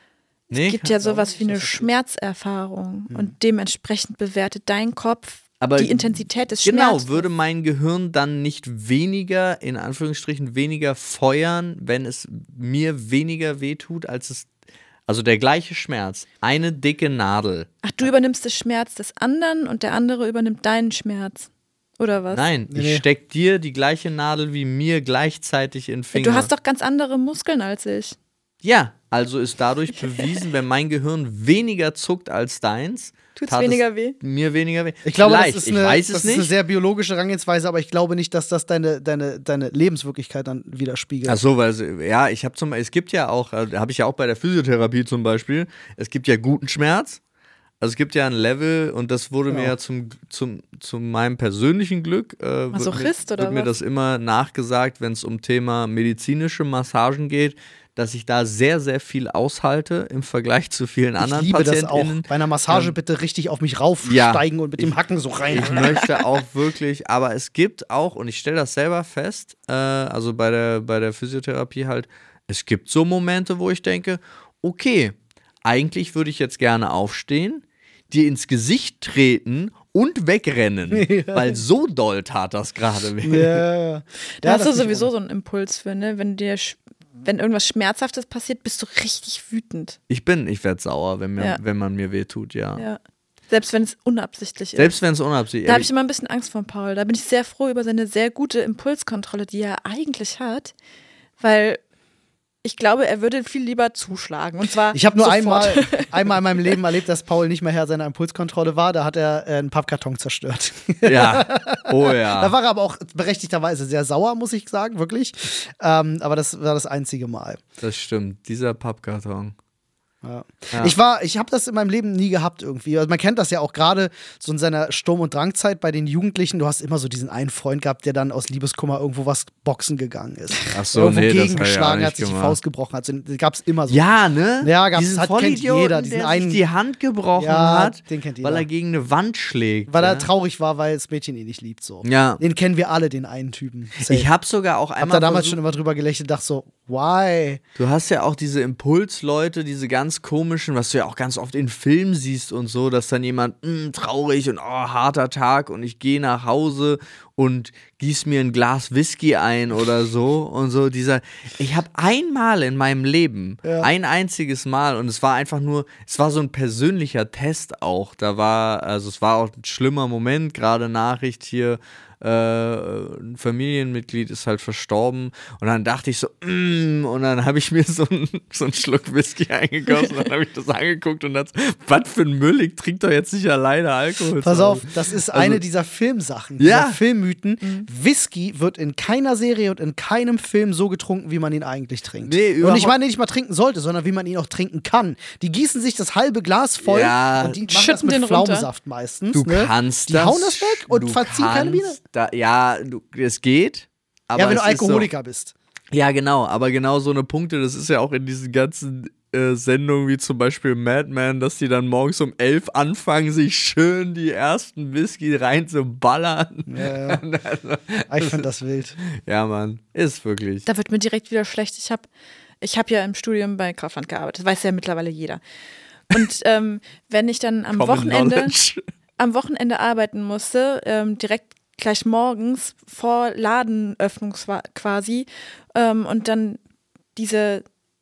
Nee, Es gibt ja kann- sowas wie eine das ist- Schmerzerfahrung und dementsprechend bewertet dein Kopf Aber die Intensität des genau, Schmerzes. würde mein Gehirn dann nicht weniger, in Anführungsstrichen, weniger feuern, wenn es mir weniger wehtut, als es, also der gleiche Schmerz, eine dicke Nadel. Ach, du übernimmst den Schmerz des anderen und der andere übernimmt deinen Schmerz. Oder was? Nein, Nee, ich nee. steck dir die gleiche Nadel wie mir gleichzeitig in den Finger. Du hast doch ganz andere Muskeln als ich. Ja, also ist dadurch bewiesen, wenn mein Gehirn weniger zuckt als deins, Tut's tat weniger es weh? mir weniger weh. Ich glaube, Vielleicht, das ist, ich eine, weiß das es ist eine nicht. sehr biologische Herangehensweise, aber ich glaube nicht, dass das deine, deine, deine Lebenswirklichkeit dann widerspiegelt. Ach so, weil es- ja, ich habe zum es gibt ja auch, äh, habe ich ja auch bei der Physiotherapie zum Beispiel, es gibt ja guten Schmerz. Also es gibt ja ein Level und das wurde Genau. mir ja zum, zum, zu meinem persönlichen Glück, äh, wird, mir, Masochist oder wird mir was? das immer nachgesagt, wenn es um Thema medizinische Massagen geht, dass ich da sehr, sehr viel aushalte im Vergleich zu vielen ich anderen liebe das auch. PatientInnen. Bei einer Massage Ähm, bitte richtig auf mich raufsteigen und mit dem Hacken so rein. Ich möchte auch wirklich, aber es gibt auch, und ich stelle das selber fest, äh, also bei der, bei der Physiotherapie halt, es gibt so Momente, wo ich denke, okay, eigentlich würde ich jetzt gerne aufstehen, dir ins Gesicht treten und wegrennen, weil so doll tat das gerade weh. Ja, Da hast du das ist sowieso so einen Impuls für, ne? Wenn dir sch- wenn irgendwas Schmerzhaftes passiert, bist du richtig wütend. Ich bin, ich werde sauer, wenn, mir, Ja. wenn man mir weh tut, ja. Ja. Selbst wenn es unabsichtlich ist. Selbst wenn es unabsichtlich Da habe ist. ich immer ein bisschen Angst vor Paul. Da bin ich sehr froh über seine sehr gute Impulskontrolle, die er eigentlich hat, weil ich glaube, er würde viel lieber zuschlagen. Und zwar Ich habe nur sofort. einmal, einmal in meinem Leben erlebt, dass Paul nicht mehr Herr seiner Impulskontrolle war. Da hat er äh, einen Pappkarton zerstört. Ja, oh Da ja. war er aber auch berechtigterweise sehr sauer, muss ich sagen, wirklich. Ähm, aber das war das einzige Mal. Das stimmt, dieser Pappkarton. Ja. Ja. Ich war, ich habe das in meinem Leben nie gehabt irgendwie. Also man kennt das ja auch gerade so in seiner Sturm- und Drangzeit bei den Jugendlichen. Du hast immer so diesen einen Freund gehabt, der dann aus Liebeskummer irgendwo was boxen gegangen ist. Ach so, irgendwo nee, das hab ich auch gegengeschlagen nicht hat, sich die gemacht. Faust gebrochen hat. So, gab es immer so. Ja, ne? Ja, gab's- diesen hat- kennt Vollidioten, jeder, diesen der einen- sich die Hand gebrochen Ja, hat, den kennt weil jeder. er gegen eine Wand schlägt. Weil ja? er traurig war, weil das Mädchen ihn nicht liebt. So. Ja. Den kennen wir alle, den einen Typen. Safe. Ich habe sogar auch hab einmal da damals versucht, schon immer drüber gelächelt, dachte so, why? du hast ja auch diese Impulsleute, diese ganz komischen, was du ja auch ganz oft in Filmen siehst und so, dass dann jemand mh, traurig und oh, harter Tag und ich gehe nach Hause und gieß mir ein Glas Whisky ein oder so und so dieser, ich habe einmal in meinem Leben, Ja. ein einziges Mal und es war einfach nur, es war so ein persönlicher Test auch, da war, also es war auch ein schlimmer Moment, gerade Nachricht hier, äh, ein Familienmitglied ist halt verstorben und dann dachte ich so, mm, und dann habe ich mir so, ein, so einen Schluck Whisky eingegossen und dann habe ich das angeguckt und dachte, was für ein Müll, ich trink doch jetzt nicht alleine Alkohol. Pass zu auf, Hause. das ist Also- eine dieser Filmsachen, Ja. dieser Filmmythen. Whisky wird in keiner Serie und in keinem Film so getrunken, wie man ihn eigentlich trinkt. Nee, und überhaupt- ich meine nicht mal trinken sollte, sondern wie man ihn auch trinken kann. Die gießen sich das halbe Glas voll Ja. und die machen Schütten das mit den runter. Pflaumensaft meistens. Du ne? kannst die das. hauen das weg und du verziehen keine Miene. kannst Da, ja, du, es geht. Aber Ja, wenn du es ist Alkoholiker bist. So, ja, genau. Aber genau so eine Punkte, das ist ja auch in diesen ganzen äh, Sendungen wie zum Beispiel Mad Men, dass die dann morgens um elf anfangen, sich schön die ersten Whisky reinzuballern. Ja, ja. Ah, ich finde das wild. Ja, Mann. Ist wirklich. Da wird mir direkt wieder schlecht. Ich habe ich hab ja im Studium bei Kaufland gearbeitet. Das weiß ja mittlerweile jeder. Und ähm, wenn ich dann am Common Wochenende, Knowledge. am Wochenende arbeiten musste, ähm, direkt gleich morgens vor Ladenöffnung qua- quasi, ähm, und dann diese,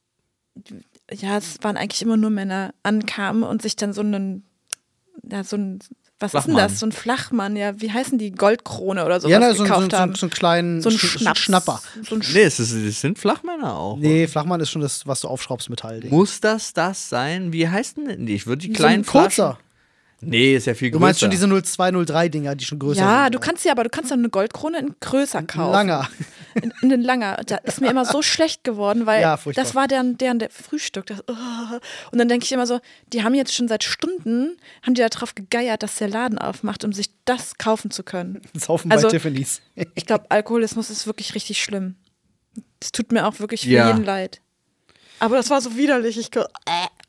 ja, es waren eigentlich immer nur Männer, ankamen und sich dann so einen, ja, so ein, was ist denn Flachmann. das? So ein Flachmann, ja, wie heißen die? Goldkrone oder sowas Ja, ne, so, so, gekauft so, haben. so einen kleinen So ein Sch- Schnaps. Schnapper. So ein Sch Nee, es, ist, es sind Flachmänner auch. Nee, Flachmann ist schon das, was du aufschraubst, Metall. Muss das das sein? Wie heißt denn? Nee, ich würde die So kleinen ein kurzer. Flaschen. Nee, ist ja viel Du größer. meinst schon diese null zwei null drei Dinger, die schon größer sind. Ja, du oder? kannst ja, aber du kannst dann eine Goldkrone in größer kaufen. Langer. In, in den Langer. Da ist mir immer so schlecht geworden, weil Ja, furchtbar. das war deren, deren der Frühstück. Das, oh. Und dann denke ich immer so, die haben jetzt schon seit Stunden, haben die darauf gegeiert, dass der Laden aufmacht, um sich das kaufen zu können. Saufen Also- bei Tiffany's. Ich glaube, Alkoholismus ist wirklich richtig schlimm. Es tut mir auch wirklich für Ja. jeden leid. Aber das war so widerlich. Ich go, äh.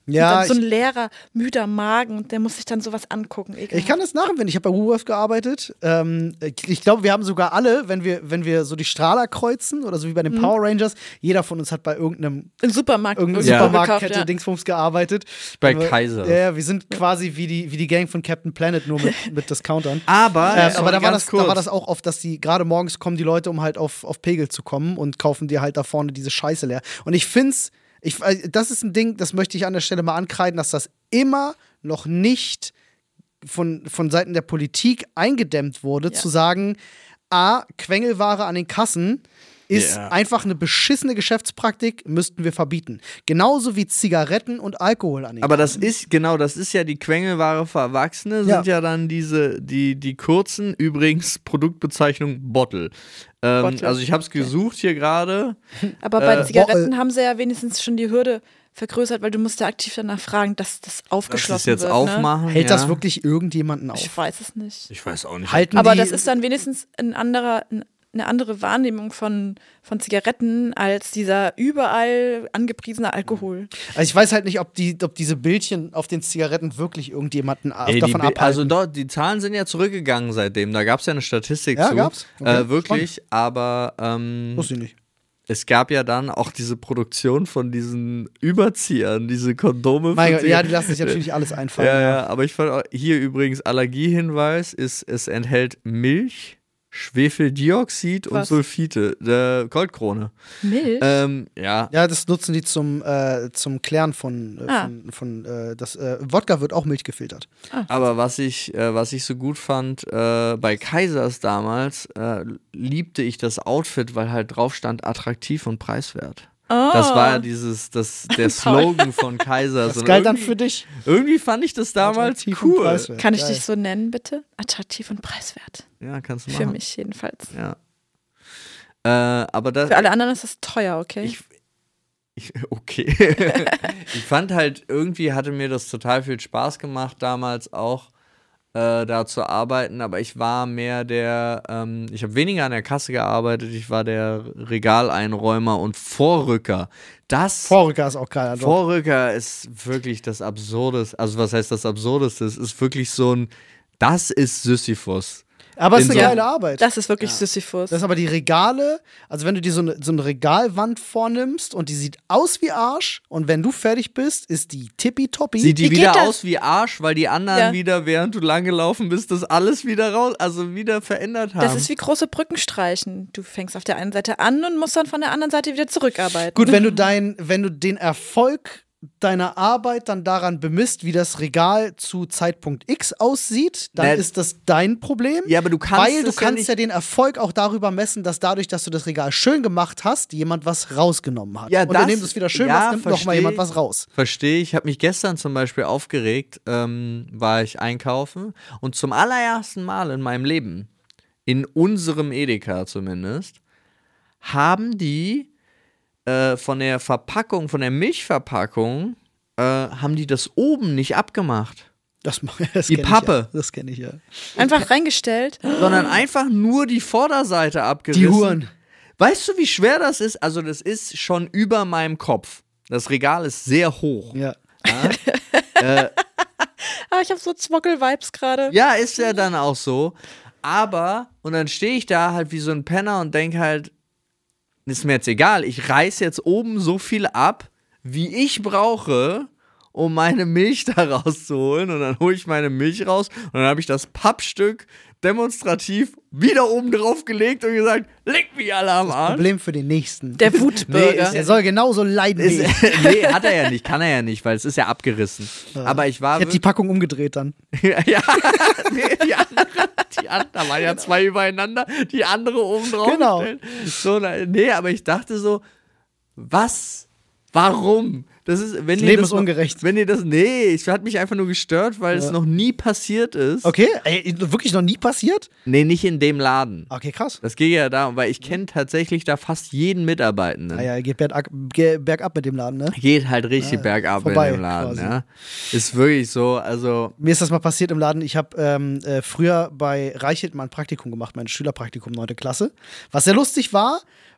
Ja, und dann so ein ich- leerer, müder Magen und der muss sich dann sowas angucken. Ekelhaft. Ich kann das nachempfinden. Ich habe bei Woolworth gearbeitet. Ähm, ich glaube, wir haben sogar alle, wenn wir, wenn wir so die Strahler kreuzen oder so wie bei den Power Rangers, jeder von uns hat bei irgendeinem Im Supermarkt. irgendeine Ja. Supermarktkette gekauft, ja. Dingsbums gearbeitet. Bei Aber- Kaiser. Ja, ja, wir sind quasi wie die, wie die Gang von Captain Planet, nur mit, mit Discountern. Aber, Äh, äh, aber da war, ganz das, kurz. da war das auch oft, dass die gerade morgens kommen die Leute, um halt auf, auf Pegel zu kommen und kaufen dir halt da vorne diese Scheiße leer. Und ich find's, ich, äh, das ist ein Ding, das möchte ich an der Stelle mal ankreiden, dass das immer noch nicht von, von Seiten der Politik eingedämmt wurde, Ja. zu sagen, A, Quengelware an den Kassen ist Ja. einfach eine beschissene Geschäftspraktik, müssten wir verbieten. Genauso wie Zigaretten und Alkohol an den Aber das Kassen. ist, genau, das ist ja die Quengelware für Erwachsene, Ja. sind ja dann diese, die, die kurzen, übrigens Produktbezeichnung Bottle. Ähm, Bottle, also ich habe es okay. gesucht hier gerade. Aber bei Äh, Zigaretten Bo- haben sie ja wenigstens schon die Hürde vergrößert, weil du musst ja aktiv danach fragen, dass das Lass aufgeschlossen es jetzt wird. aufmachen. Hält ja. das wirklich irgendjemanden auf? Ich weiß es nicht. Ich weiß auch nicht. Halten Aber die, das ist dann wenigstens ein anderer, ein, eine andere Wahrnehmung von, von Zigaretten als dieser überall angepriesene Alkohol. Also ich weiß halt nicht, ob, die, ob diese Bildchen auf den Zigaretten wirklich irgendjemanden ab- Ey, die davon Bi- abhalten. also dort, die Zahlen sind ja zurückgegangen seitdem. Da gab es ja eine Statistik Ja, zu. gab's? Okay, Äh, wirklich, aber ähm, Wusste ich nicht. es gab ja dann auch diese Produktion von diesen Überziehern, diese Kondome. Mein für Gott, Ziga- ja, die lassen sich natürlich alles einfallen. Ja, ja, aber ich fand auch, hier übrigens Allergiehinweis ist, es enthält Milch, Schwefeldioxid und Was? Sulfite, der Goldkrone. Milch? Ähm, ja, Ja, das nutzen die zum, äh, zum Klären von, äh, Ah. von, von äh, das äh, Wodka wird auch Milch gefiltert. aber was ich, äh, was ich so gut fand, äh, bei Kaisers damals, äh, liebte ich das Outfit, weil halt drauf stand attraktiv und preiswert. oh. Das war ja dieses, das, der Slogan von Kaisers. Das Und galt dann irgendwie- für dich. Irgendwie fand ich das damals Attraktiv und cool. preiswert. Kann ich Geil. dich so nennen, bitte? Attraktiv und preiswert. Ja, kannst du machen. Für mich jedenfalls. Ja. Äh, aber das. Für alle anderen ist das teuer, okay? Ich, ich, okay. Ich fand halt, irgendwie hatte mir das total viel Spaß gemacht, damals auch äh, da zu arbeiten, aber ich war mehr der, ähm, ich habe weniger an der Kasse gearbeitet, ich war der Regaleinräumer und Vorrücker. Das Vorrücker ist auch geil. Also. Vorrücker ist wirklich das Absurdeste, also was heißt das Absurdeste? Es ist wirklich so ein, das ist Sisyphus. Aber es ist in eine so- geile Arbeit. das ist wirklich Sisyphus. Das ist aber die Regale, also wenn du dir so eine, so eine Regalwand vornimmst und die sieht aus wie Arsch und wenn du fertig bist, ist die tippitoppi. Sieht die Wie geht wieder das? aus wie Arsch, weil die anderen Ja. wieder, während du lang gelaufen bist, das alles wieder raus, also wieder verändert haben. Das ist wie große Brücken streichen. Du fängst auf der einen Seite an und musst dann von der anderen Seite wieder zurückarbeiten. Gut, wenn du dein, wenn du den Erfolg deiner Arbeit dann daran bemisst, wie das Regal zu Zeitpunkt X aussieht, dann Na, ist das dein Problem. ja, aber du kannst Weil du es ja kannst nicht- ja den Erfolg auch darüber messen, dass dadurch, dass du das Regal schön gemacht hast, jemand was rausgenommen hat. Ja, und das- indem du es wieder schön ja, machst, nimmt nochmal versteh jemand ich. was raus. Verstehe, ich habe mich gestern zum Beispiel aufgeregt, ähm, war ich einkaufen und zum allerersten Mal in meinem Leben, in unserem Edeka zumindest, haben die äh, von der Verpackung, von der Milchverpackung, äh, haben die das oben nicht abgemacht, Das, das Die kenn Pappe. Ich ja. Das kenne ich ja. Einfach reingestellt. sondern einfach nur die Vorderseite abgerissen. Die Huren. Weißt du, wie schwer das ist? Also das ist schon über meinem Kopf. Das Regal ist sehr hoch. Ja. Ah, ich habe so Zwockel-Vibes gerade. Ja, ist ja dann auch so. Aber, und dann stehe ich da halt wie so ein Penner und denke halt, ist mir jetzt egal, ich reiß jetzt oben so viel ab, wie ich brauche, um meine Milch da rauszuholen. Und dann hole ich meine Milch raus und dann habe ich das Pappstück demonstrativ wieder oben drauf gelegt und gesagt, leck mich alle am Arsch. Problem für den nächsten. Der Wutbürger. Er soll genauso leiden wie Ist, ich. nee, hat er ja nicht, kann er ja nicht, weil es ist ja abgerissen. Aber ich war Ich hätte die Packung umgedreht dann. ja, ja. Nee, die andere, die andere, da waren ja zwei übereinander, die andere oben drauf. Genau. gestellt. So, na, nee, aber ich dachte so, was? Warum? Das ist, wenn Das ihr Leben das ist noch, ungerecht. Wenn ihr das, nee, es hat mich einfach nur gestört, weil es noch nie passiert ist. Okay, ey, wirklich noch nie passiert? Nee, nicht in dem Laden. Okay, krass. Das geht ja darum, weil ich kenne tatsächlich da fast jeden Mitarbeitenden. Ah ja, geht bergab, ge- bergab mit dem Laden, ne? Geht halt richtig Ja, bergab vorbei, in dem Laden, quasi. ja. Ist wirklich so, also Mir ist das mal passiert im Laden. Ich habe ähm, äh, früher bei Reichelt mal ein Praktikum gemacht, mein Schülerpraktikum, neunte Klasse. Was sehr lustig war,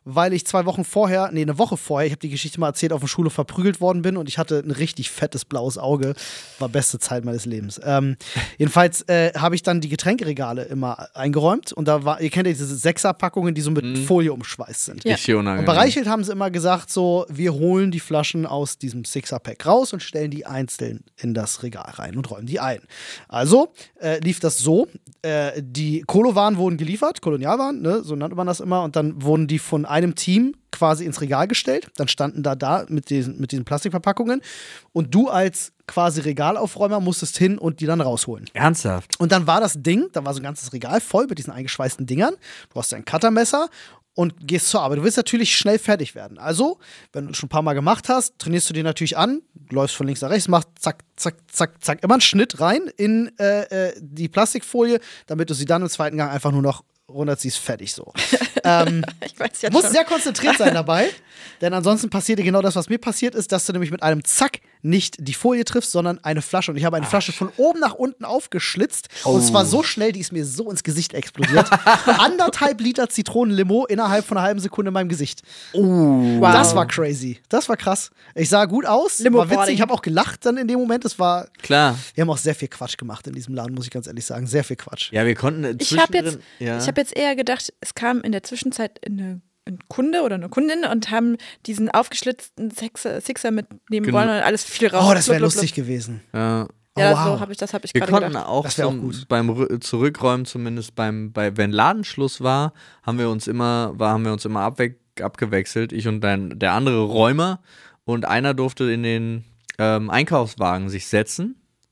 weil ich zwei Wochen vorher, nee, eine Woche vorher, ich habe die Geschichte mal erzählt, auf der Schule verprügelt worden bin und ich hatte ein richtig fettes blaues Auge. War beste Zeit meines Lebens. Ähm, jedenfalls äh, habe ich dann die Getränkeregale immer eingeräumt und da war, ihr kennt ja diese Sechserpackungen, die so mit Mhm. Folie umschweißt sind. Ja. Richtig unangenehm. Und bei Reichelt haben sie immer gesagt, so, wir holen die Flaschen aus diesem Sixer-Pack raus und stellen die einzeln in das Regal rein und räumen die ein. Also äh, lief das so, äh, die Kolowaren wurden geliefert, Kolonialwaren, ne, so nannte man das immer, und dann wurden die von einem Team quasi ins Regal gestellt, dann standen da da mit diesen, mit diesen Plastikverpackungen und du als quasi Regalaufräumer musstest hin und die dann rausholen. Ernsthaft? Und dann war das Ding, da war so ein ganzes Regal voll mit diesen eingeschweißten Dingern. Du hast dein Cuttermesser und gehst zur Arbeit. Du willst natürlich schnell fertig werden. Also, wenn du es schon ein paar Mal gemacht hast, trainierst du dir natürlich an, läufst von links nach rechts, machst zack, zack, zack, zack, immer einen Schnitt rein in äh, äh, die Plastikfolie, damit du sie dann im zweiten Gang einfach nur noch runterziehst, fertig so. ähm, Ich weiß ja musst schon. sehr konzentriert sein dabei, denn ansonsten passiert dir genau das, was mir passiert ist, dass du nämlich mit einem Zack nicht die Folie triffst, sondern eine Flasche. Und ich habe eine Flasche von oben nach unten aufgeschlitzt. Und es war so schnell, die ist mir so ins Gesicht explodiert. Anderthalb Liter Zitronenlimo innerhalb von einer halben Sekunde in meinem Gesicht. Wow. Das war crazy. Das war krass. Ich sah gut aus, war Limo-Boarding. witzig. Ich habe auch gelacht dann in dem Moment. Es war, Klar. wir haben auch sehr viel Quatsch gemacht in diesem Laden, muss ich ganz ehrlich sagen. Sehr viel Quatsch. Ja, wir konnten äh, Ich habe jetzt, zwischendrin- ja. ich hab jetzt eher gedacht, es kam in der Zwischenzeit eine, ein Kunde oder eine Kundin und haben diesen aufgeschlitzten Sixer, Sixer mitnehmen Genau. wollen und alles viel raus. Oh, das wäre Blub, blub, lustig gewesen. ja. Ja, Oh, wow. so habe ich das habe ich Wir gerade konnten gedacht. auch, Das wär auch zum, gut. beim Rü- Zurückräumen, zumindest beim, bei, wenn Ladenschluss war, haben wir uns immer, war, haben wir uns immer abwe abgewechselt, ich und dein, der andere Räumer, und einer durfte in den ähm, Einkaufswagen sich setzen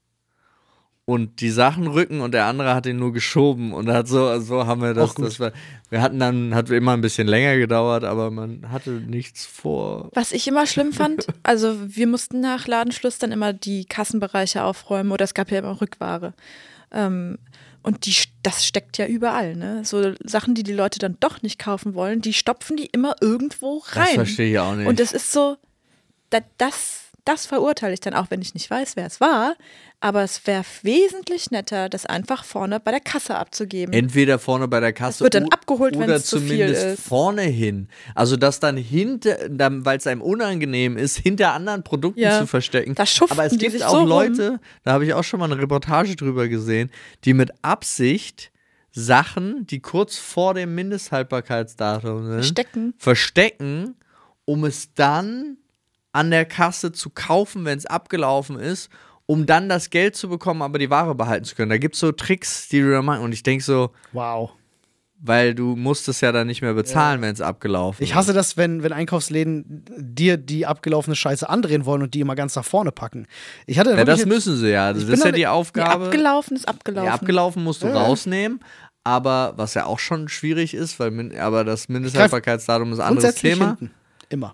und die Sachen rücken und der andere hat ihn nur geschoben und hat so, so haben wir das, Auch gut. das war, wir hatten dann, hat immer ein bisschen länger gedauert, aber man hatte nichts vor. Was ich immer schlimm fand, also wir mussten nach Ladenschluss dann immer die Kassenbereiche aufräumen oder es gab ja immer Rückware. Ähm, und die, das steckt ja überall, ne? So Sachen, die die Leute dann doch nicht kaufen wollen, die stopfen die immer irgendwo rein. Das verstehe ich auch nicht. Und das ist so, da, das, das verurteile ich dann auch, wenn ich nicht weiß, wer es war. Aber es wäre wesentlich netter, das einfach vorne bei der Kasse abzugeben. Entweder vorne bei der Kasse Das wird dann o- abgeholt, wenn oder es zu viel zumindest ist. vorne hin. Also das dann hinter, weil es einem unangenehm ist, hinter anderen Produkten Ja. zu verstecken. Da schuften Aber es die gibt sich auch so rum. Leute, da habe ich auch schon mal eine Reportage drüber gesehen, die mit Absicht Sachen, die kurz vor dem Mindesthaltbarkeitsdatum sind, Verstecken. verstecken, um es dann an der Kasse zu kaufen, wenn es abgelaufen ist, um dann das Geld zu bekommen, aber die Ware behalten zu können. Da gibt es so Tricks, die du da machst. Und ich denke so, Wow. weil du musst es ja dann nicht mehr bezahlen, wenn es abgelaufen Ich hasse das, wenn, wenn Einkaufsläden dir die abgelaufene Scheiße andrehen wollen und die immer ganz nach vorne packen. Ich hatte ist. Ja, wirklich das jetzt- müssen sie ja. Das bin ist ja da- die Nee, Aufgabe. abgelaufen ist abgelaufen. Ja, abgelaufen musst du Ja, ja. rausnehmen. Aber was ja auch schon schwierig ist, weil min- aber das Mindesthaltbarkeitsdatum ist ein anderes grundsätzlich Thema. hinten. Immer.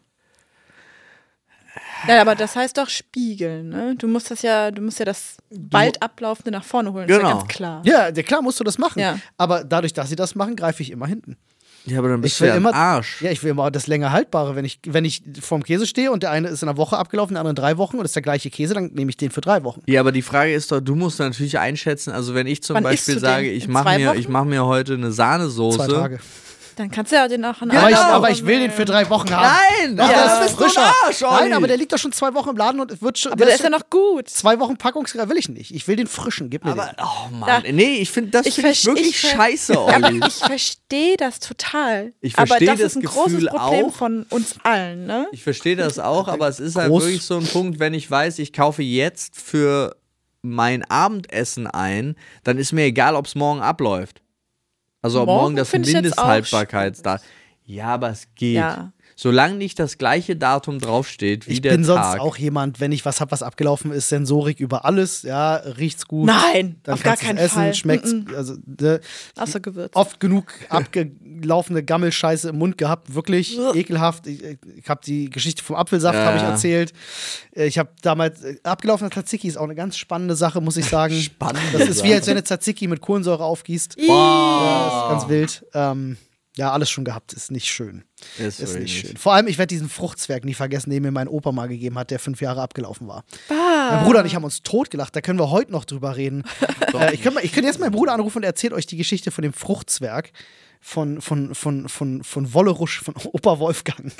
Ja, aber das heißt doch spiegeln, ne? Du musst das ja, du musst ja das bald ablaufende nach vorne holen. Ist Genau. ja ganz klar. Ja, ja, klar musst du das machen. Ja. Aber dadurch, dass sie das machen, greife ich immer hinten. Ja, aber dann bist Ich du will ja im immer, Arsch. ja, ich will immer das länger haltbare. Wenn ich, wenn ich vorm Käse stehe und der eine ist in einer Woche abgelaufen, der andere in drei Wochen und ist der gleiche Käse, dann nehme ich den für drei Wochen. Ja, aber die Frage ist doch, du musst natürlich einschätzen, also wenn ich zum Wann Beispiel isst du den? sage, ich In mache zwei mir, Wochen? ich mach mir heute eine Sahnesoße. Zwei Tage. Dann kannst du ja den auch an Aber, ich, Genau. aber ich will den für drei Wochen haben. Nein! Doch, Ja. das das ist ist doch ein frischer. Arsch, Olli. Nein, aber der liegt doch schon zwei Wochen im Laden und es wird schon. Aber der ist ja noch gut. Zwei Wochen Packungsgrad will ich nicht. Ich will den frischen. Gib mir Aber, den. oh Mann, Da- nee, ich finde das Ich find ich verste- wirklich ich ver- scheiße, Aber Olli. ich verstehe das total. Ich aber verstehe das das ist ein Gefühl großes Problem auch. von uns allen, ne? Ich verstehe das auch, aber es ist halt Groß. wirklich so ein Punkt, wenn ich weiß, ich kaufe jetzt für mein Abendessen ein, dann ist mir egal, ob es morgen abläuft. Also ob Morgen morgen das find ich jetzt auch Mindesthaltbarkeitsdatum. Ja, aber es geht. Ja. Solange nicht das gleiche Datum draufsteht wie Ich der bin sonst Tag. auch jemand, wenn ich was hab, was abgelaufen ist, Sensorik über alles. Ja, riecht's gut. Nein, Dann auf gar kannst du's keinen essen, Fall. schmeckt's. Mm-mm. Also, ne, Außer Gewürz. oft genug abgelaufene Gammelscheiße im Mund gehabt, wirklich Ugh. ekelhaft. Ich, ich habe die Geschichte vom Apfelsaft Ja, habe ich ja. erzählt. Äh, Ich habe damals äh, abgelaufener Tzatziki ist auch eine ganz spannende Sache, muss ich sagen. Spannende Das ist wie als Sache. wenn du Tzatziki mit Kohlensäure aufgießt. Ih. Ja, das ist ganz wild. Ähm, Ja, alles schon gehabt, ist nicht schön. Ist, Ist wirklich nicht schön. Vor allem, ich werde diesen Fruchtzwerg nie vergessen, den mir mein Opa mal gegeben hat, der fünf Jahre abgelaufen war. Ah. Mein Bruder und ich haben uns totgelacht, da können wir heute noch drüber reden. äh, ich könnte könnt jetzt meinen Bruder anrufen und er erzählt euch die Geschichte von dem Fruchtzwerg von, von, von, von, von Wollerusch, von Opa Wolfgang.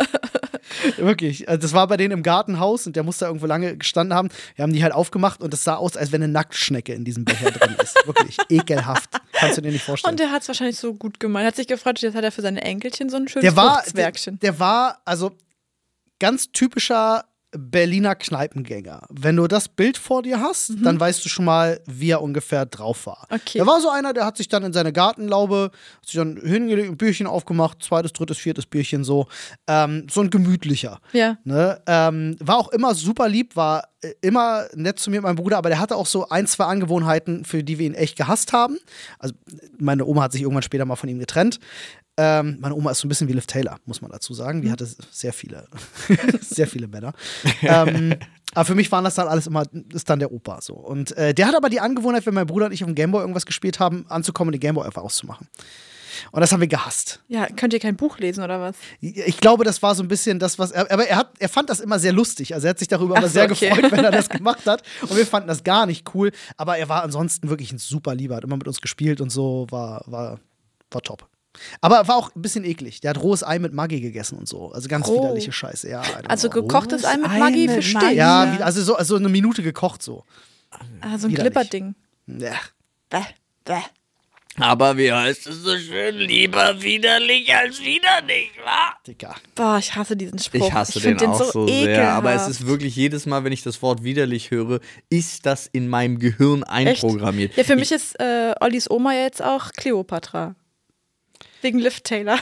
Wirklich. Also das war bei denen im Gartenhaus und der muss da irgendwo lange gestanden haben. Wir haben die halt aufgemacht und es sah aus, als wenn eine Nacktschnecke in diesem Becher drin ist. Wirklich ekelhaft. Kannst du dir nicht vorstellen. Und der hat es wahrscheinlich so gut gemeint. Hat sich gefreut, jetzt hat er für seine Enkelchen so ein schönes Der war, der, Fruchtzwergchen. der war, also ganz typischer Berliner Kneipengänger. Wenn du das Bild vor dir hast, Mhm. dann weißt du schon mal, wie er ungefähr drauf war. Okay. Der war so einer, der hat sich dann in seine Gartenlaube, hat sich dann hingelegt, ein Bierchen aufgemacht, zweites, drittes, viertes Bierchen so. Ähm, so ein gemütlicher. Ja. Ne? Ähm, war auch immer super lieb, war äh, immer nett zu mir und meinem Bruder, aber der hatte auch so ein, zwei Angewohnheiten, für die wir ihn echt gehasst haben. Also meine Oma hat sich irgendwann später mal von ihm getrennt. Ähm, meine Oma ist so ein bisschen wie Liv Taylor, muss man dazu sagen. Die hatte sehr viele, sehr viele Männer. ähm, aber für mich waren das dann alles immer, ist dann der Opa so. Und äh, der hat aber die Angewohnheit, wenn mein Bruder und ich auf dem Gameboy irgendwas gespielt haben, anzukommen und den Gameboy einfach auszumachen. Und das haben wir gehasst. Ja, könnt ihr kein Buch lesen oder was? Ich glaube, das war so ein bisschen das, was er. Aber er, hat, er fand das immer sehr lustig. Also er hat sich darüber immer Ach so, sehr okay. gefreut, wenn er das gemacht hat. Und wir fanden das gar nicht cool. Aber er war ansonsten wirklich ein super Lieber. Hat immer mit uns gespielt und so. War, war, war top. Aber war auch ein bisschen eklig. Der hat rohes Ei mit Maggi gegessen und so. Also ganz Oh. widerliche Scheiße. Ja, I don't Also know. gekochtes Ei mit Ei Maggi mit verstehe Maggi. ich. Ja, wie, also so also eine Minute gekocht so. Ah, so ein widerlich. Glipperding. Ja. Bäh, bäh. Aber wie heißt es so schön? Lieber widerlich als widerlich, wa? Dicker. Boah, ich hasse diesen Spruch. Ich hasse ich den find auch so sehr. ekelhaft. Aber es ist wirklich jedes Mal, wenn ich das Wort widerlich höre, ist das in meinem Gehirn Echt? einprogrammiert. Ja, für mich ist äh, Ollis Oma ja jetzt auch Cleopatra. Wegen Liv Taylor.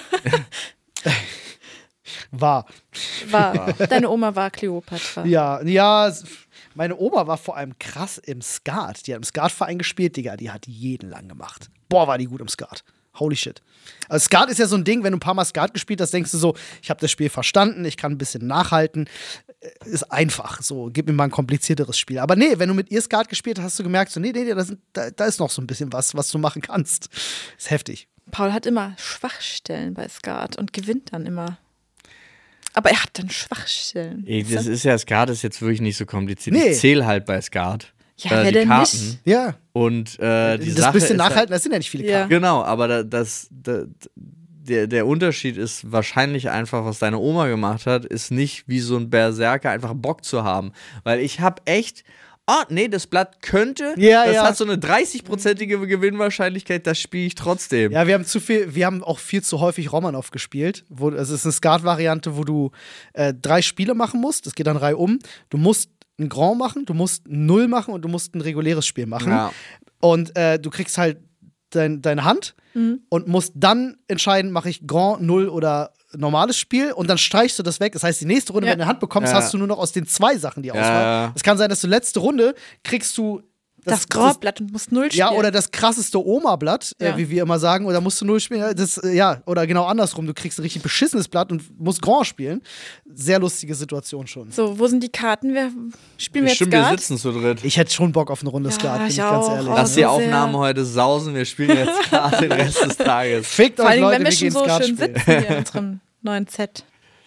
War. War. Deine Oma war Cleopatra. Ja, ja. s- Meine Oma war vor allem krass im Skat. Die hat im Skatverein gespielt, Digga. Die hat jeden lang gemacht. Boah, war die gut im Skat. Holy shit. Also Skat ist ja so ein Ding, wenn du ein paar Mal Skat gespielt hast, denkst du so, ich habe das Spiel verstanden, ich kann ein bisschen nachhalten. Äh, Ist einfach. So, gib mir mal ein komplizierteres Spiel. Aber nee, wenn du mit ihr Skat gespielt hast, hast du gemerkt, so, nee, nee, da, sind, da, da ist noch so ein bisschen was, was du machen kannst. Ist heftig. Paul hat immer Schwachstellen bei Skat und gewinnt dann immer. Aber er hat dann Schwachstellen. Ey, das ist ja, Skat ist jetzt wirklich nicht so kompliziert. Nee. Ich zähle halt bei Skat. Ja, äh, wer die denn Karten. nicht? Ja. Und äh, die das Sache bisschen ist halt- nachhalten, das sind ja nicht viele Ja. Karten. Genau, aber da, das, da, der, der Unterschied ist wahrscheinlich einfach, was deine Oma gemacht hat, ist nicht wie so ein Berserker einfach Bock zu haben. Weil ich habe echt, oh nee, das Blatt könnte, Ja, das ja. hat so eine dreißig-prozentige Gewinnwahrscheinlichkeit, das spiele ich trotzdem. Ja, wir haben zu viel, wir haben auch viel zu häufig Romanov gespielt. Wo, also es ist eine Skat-Variante, wo du äh, drei Spiele machen musst. Es geht dann Reihe um. Du musst ein Grand machen, du musst ein Null machen und du musst ein reguläres Spiel machen. Ja. Und äh, du kriegst halt dein, deine Hand und musst dann entscheiden, mache ich Grand, Null oder normales Spiel und dann streichst du das weg. Das heißt, die nächste Runde, Ja. wenn du eine Hand bekommst, Ja. hast du nur noch aus den zwei Sachen die Auswahl. Ja. Es kann sein, dass du letzte Runde kriegst du Das Graublatt und muss null spielen. ja, oder das krasseste Oma-Blatt, Ja. äh, wie wir immer sagen, oder musst du null spielen. Das, äh, ja, oder genau andersrum, du kriegst ein richtig beschissenes Blatt und musst Grand spielen. Sehr lustige Situation schon. So, wo sind die Karten? Wir spielen wir jetzt Stimmt, wir Skat? sitzen zu dritt. Ich hätte schon Bock auf eine Runde Ja, Skat, bin ich ich ganz auch. ehrlich. Oh, Lass so die Aufnahmen sehr. heute sausen, wir spielen jetzt gerade den Rest des Tages. Fickt Vor euch, allem, Leute, wenn wir wir schon gehen so Skat schön spielen. sitzen hier in unserem neuen Set.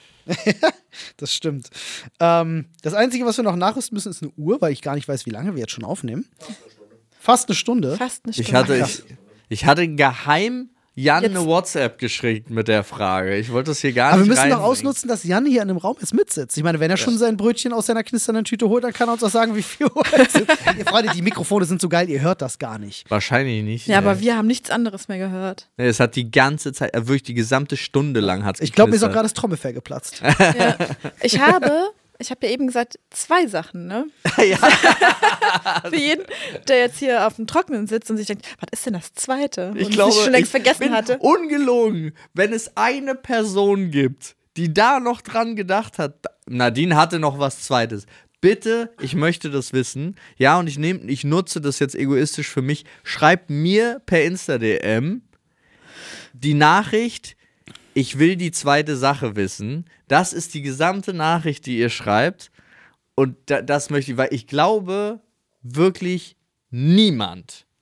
Das stimmt. Ähm, das Einzige, was wir noch nachrüsten müssen, ist eine Uhr, weil ich gar nicht weiß, wie lange wir jetzt schon aufnehmen. Fast eine Stunde. Fast eine Stunde. Ich hatte, Krass. ich, ich hatte geheim Jan Jetzt- eine WhatsApp geschickt mit der Frage. Ich wollte das hier gar Aber wir nicht müssen doch reinbringen. ausnutzen, dass Jan hier in dem Raum jetzt mitsitzt. Ich meine, wenn er schon sein Brötchen aus seiner knisternden Tüte holt, dann kann er uns auch sagen, wie viel Uhr es ist. Ihr Freunde, die Mikrofone sind so geil, ihr hört das gar nicht. Wahrscheinlich nicht. Ja, aber nee. wir haben nichts anderes mehr gehört. Nee, es hat die ganze Zeit, äh, wirklich die gesamte Stunde lang hat's Ich glaube, mir ist auch geknistert. gerade das Trommelfell geplatzt. Ja. Ich habe, ich habe ja eben gesagt, zwei Sachen, ne? Ja. Für jeden, der jetzt hier auf dem Trockenen sitzt und sich denkt, was ist denn das Zweite? Ich und glaube, sich schon längst ich vergessen bin hatte. ungelogen, wenn es eine Person gibt, die da noch dran gedacht hat. Nadine hatte noch was Zweites. Bitte, ich möchte das wissen. Ja, und ich nehme, ich nutze das jetzt egoistisch für mich. Schreibt mir per Insta-D M die Nachricht, ich will die zweite Sache wissen. Das ist die gesamte Nachricht, die ihr schreibt. Und da, das möchte ich, weil ich glaube wirklich niemand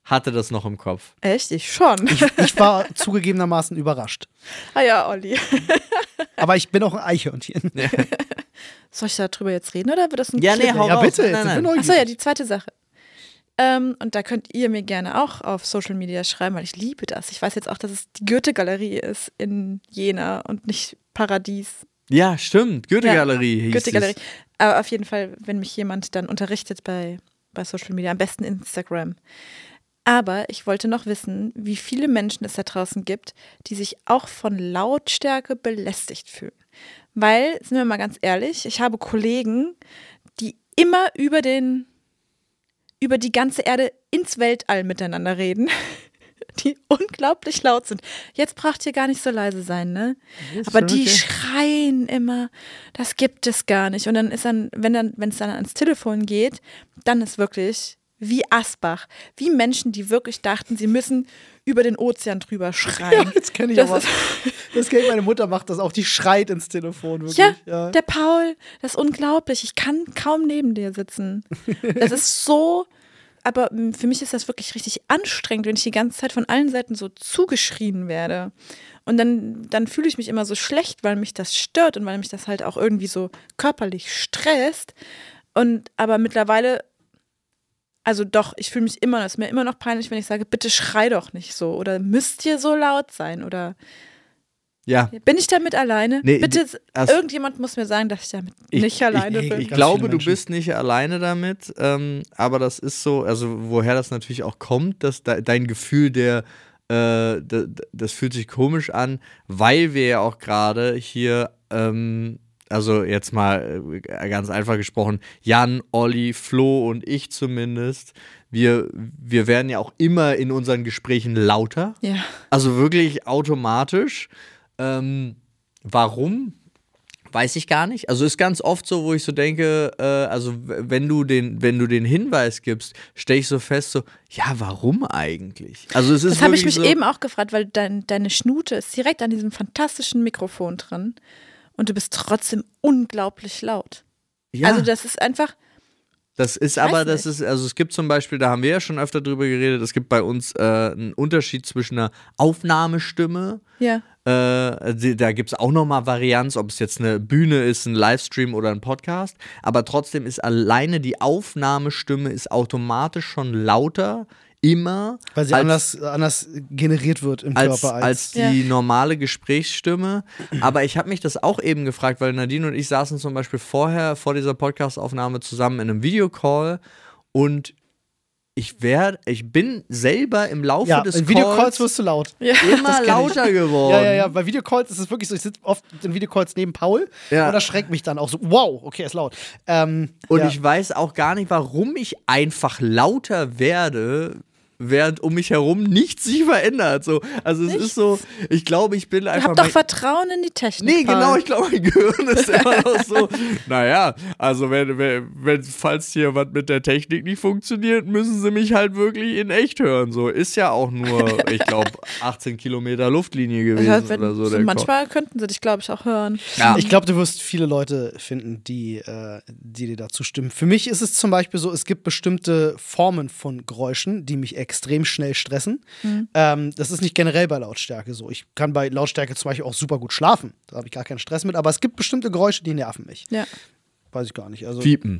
hatte das noch im Kopf. Echt? Ich schon. Ich, ich war zugegebenermaßen überrascht. Ah ja, Olli. Aber ich bin auch ein Eichhörnchen. Ja, Soll ich darüber jetzt reden oder wird das ein ja nee, Clip? hau Ja, raus. bitte, Nein, jetzt nein, sind wir nein. neugierig. Achso, ja, die zweite Sache. Ähm, und da könnt ihr mir gerne auch auf Social Media schreiben, weil ich liebe das. Ich weiß jetzt auch, dass es die Goethe-Galerie ist in Jena und nicht Paradies. Ja, stimmt. Goethe-Galerie hieß Goethe-Galerie. es. Aber auf jeden Fall, wenn mich jemand dann unterrichtet bei, bei Social Media, am besten Instagram. Aber ich wollte noch wissen, wie viele Menschen es da draußen gibt, die sich auch von Lautstärke belästigt fühlen. Weil, sind wir mal ganz ehrlich, ich habe Kollegen, die immer über den, über die ganze Erde ins Weltall miteinander reden, die unglaublich laut sind. Jetzt braucht ihr gar nicht so leise sein, ne? Ist Aber schon die okay. schreien immer, das gibt es gar nicht. Und dann ist dann, wenn dann, wenn es dann ans Telefon geht, dann ist wirklich wie Asbach, wie Menschen, die wirklich dachten, sie müssen über den Ozean drüber schreien. Ja, das kenne ich Das aber. ist- Das kenne ich, meine Mutter macht das auch, die schreit ins Telefon. Wirklich. Ja, Ja. der Paul, das ist unglaublich. Ich kann kaum neben dir sitzen. Das ist so, aber m, für mich ist das wirklich richtig anstrengend, wenn ich die ganze Zeit von allen Seiten so zugeschrien werde. Und dann, dann fühle ich mich immer so schlecht, weil mich das stört und weil mich das halt auch irgendwie so körperlich stresst. Und aber mittlerweile, also doch, ich fühle mich immer, es ist mir immer noch peinlich, wenn ich sage, bitte schrei doch nicht so oder müsst ihr so laut sein oder Ja. bin ich damit alleine? Nee, bitte, also- irgendjemand muss mir sagen, dass ich damit Ich- nicht alleine ich- bin. Ich Ganz glaube, viele du Menschen. bist nicht alleine damit, ähm, aber das ist so, also woher das natürlich auch kommt, dass de dein Gefühl der, äh, de das fühlt sich komisch an, weil wir ja auch gerade hier, ähm, also jetzt mal äh, ganz einfach gesprochen, Jan, Olli, Flo und ich zumindest, wir, wir werden ja auch immer in unseren Gesprächen lauter. Ja. Also wirklich automatisch. Ähm, warum? Weiß ich gar nicht. Also ist ganz oft so, wo ich so denke, äh, also w- wenn du den, wenn du den Hinweis gibst, stelle ich so fest, so, ja, warum eigentlich? Also es ist Das habe ich wirklich mich so, eben auch gefragt, weil dein, deine Schnute ist direkt an diesem fantastischen Mikrofon dran und du bist trotzdem unglaublich laut. ja, Also das ist einfach, das ist weiß aber, das nicht. ist, also es gibt zum Beispiel, da haben wir ja schon öfter drüber geredet, es gibt bei uns äh, einen Unterschied zwischen einer Aufnahmestimme. ja. Äh, die- da gibt es auch nochmal Varianz, ob es jetzt eine Bühne ist, ein Livestream oder ein Podcast. Aber trotzdem ist alleine die Aufnahmestimme ist automatisch schon lauter, immer, Weil sie als, anders, anders generiert wird im als, Körper. als die Ja. normale Gesprächsstimme. Aber ich habe mich das auch eben gefragt, weil Nadine und ich saßen zum Beispiel vorher, vor dieser Podcastaufnahme zusammen in einem Videocall und ich werde, ich bin selber im Laufe ja, des in Videocalls Calls wirst du laut. Ja. immer das kenn ich. lauter geworden. Ja, ja, ja. Bei Videocalls ist es wirklich so, ich sitze oft in Videocalls neben Paul Ja. und das schreckt mich dann auch so, wow, okay, ist laut. Ähm, Und ja. ich weiß auch gar nicht, warum ich einfach lauter werde, während um mich herum nichts sich verändert. So, also es Nichts. ist so, ich glaube, ich bin einfach. Hab doch mein- Vertrauen in die Technik. Nee, Paul. genau, ich glaube, mein Gehirn ist immer noch so. Naja, also wenn, wenn, wenn, falls hier was mit der Technik nicht funktioniert, müssen sie mich halt wirklich in echt hören. So, ist ja auch nur, ich glaube, achtzehn Kilometer Luftlinie gewesen Ja, wenn, oder so. so der manchmal könnten sie dich, glaube ich, auch hören. Ja. Ich glaube, du wirst viele Leute finden, die, äh, die dir dazu stimmen. Für mich ist es zum Beispiel so, es gibt bestimmte Formen von Geräuschen, die mich extrem schnell stressen. Ähm, das ist nicht generell bei Lautstärke so. Ich kann bei Lautstärke zum Beispiel auch super gut schlafen. Da habe ich gar keinen Stress mit. Aber es gibt bestimmte Geräusche, die nerven mich. Ja. Weiß ich gar nicht. Also, Fiepen.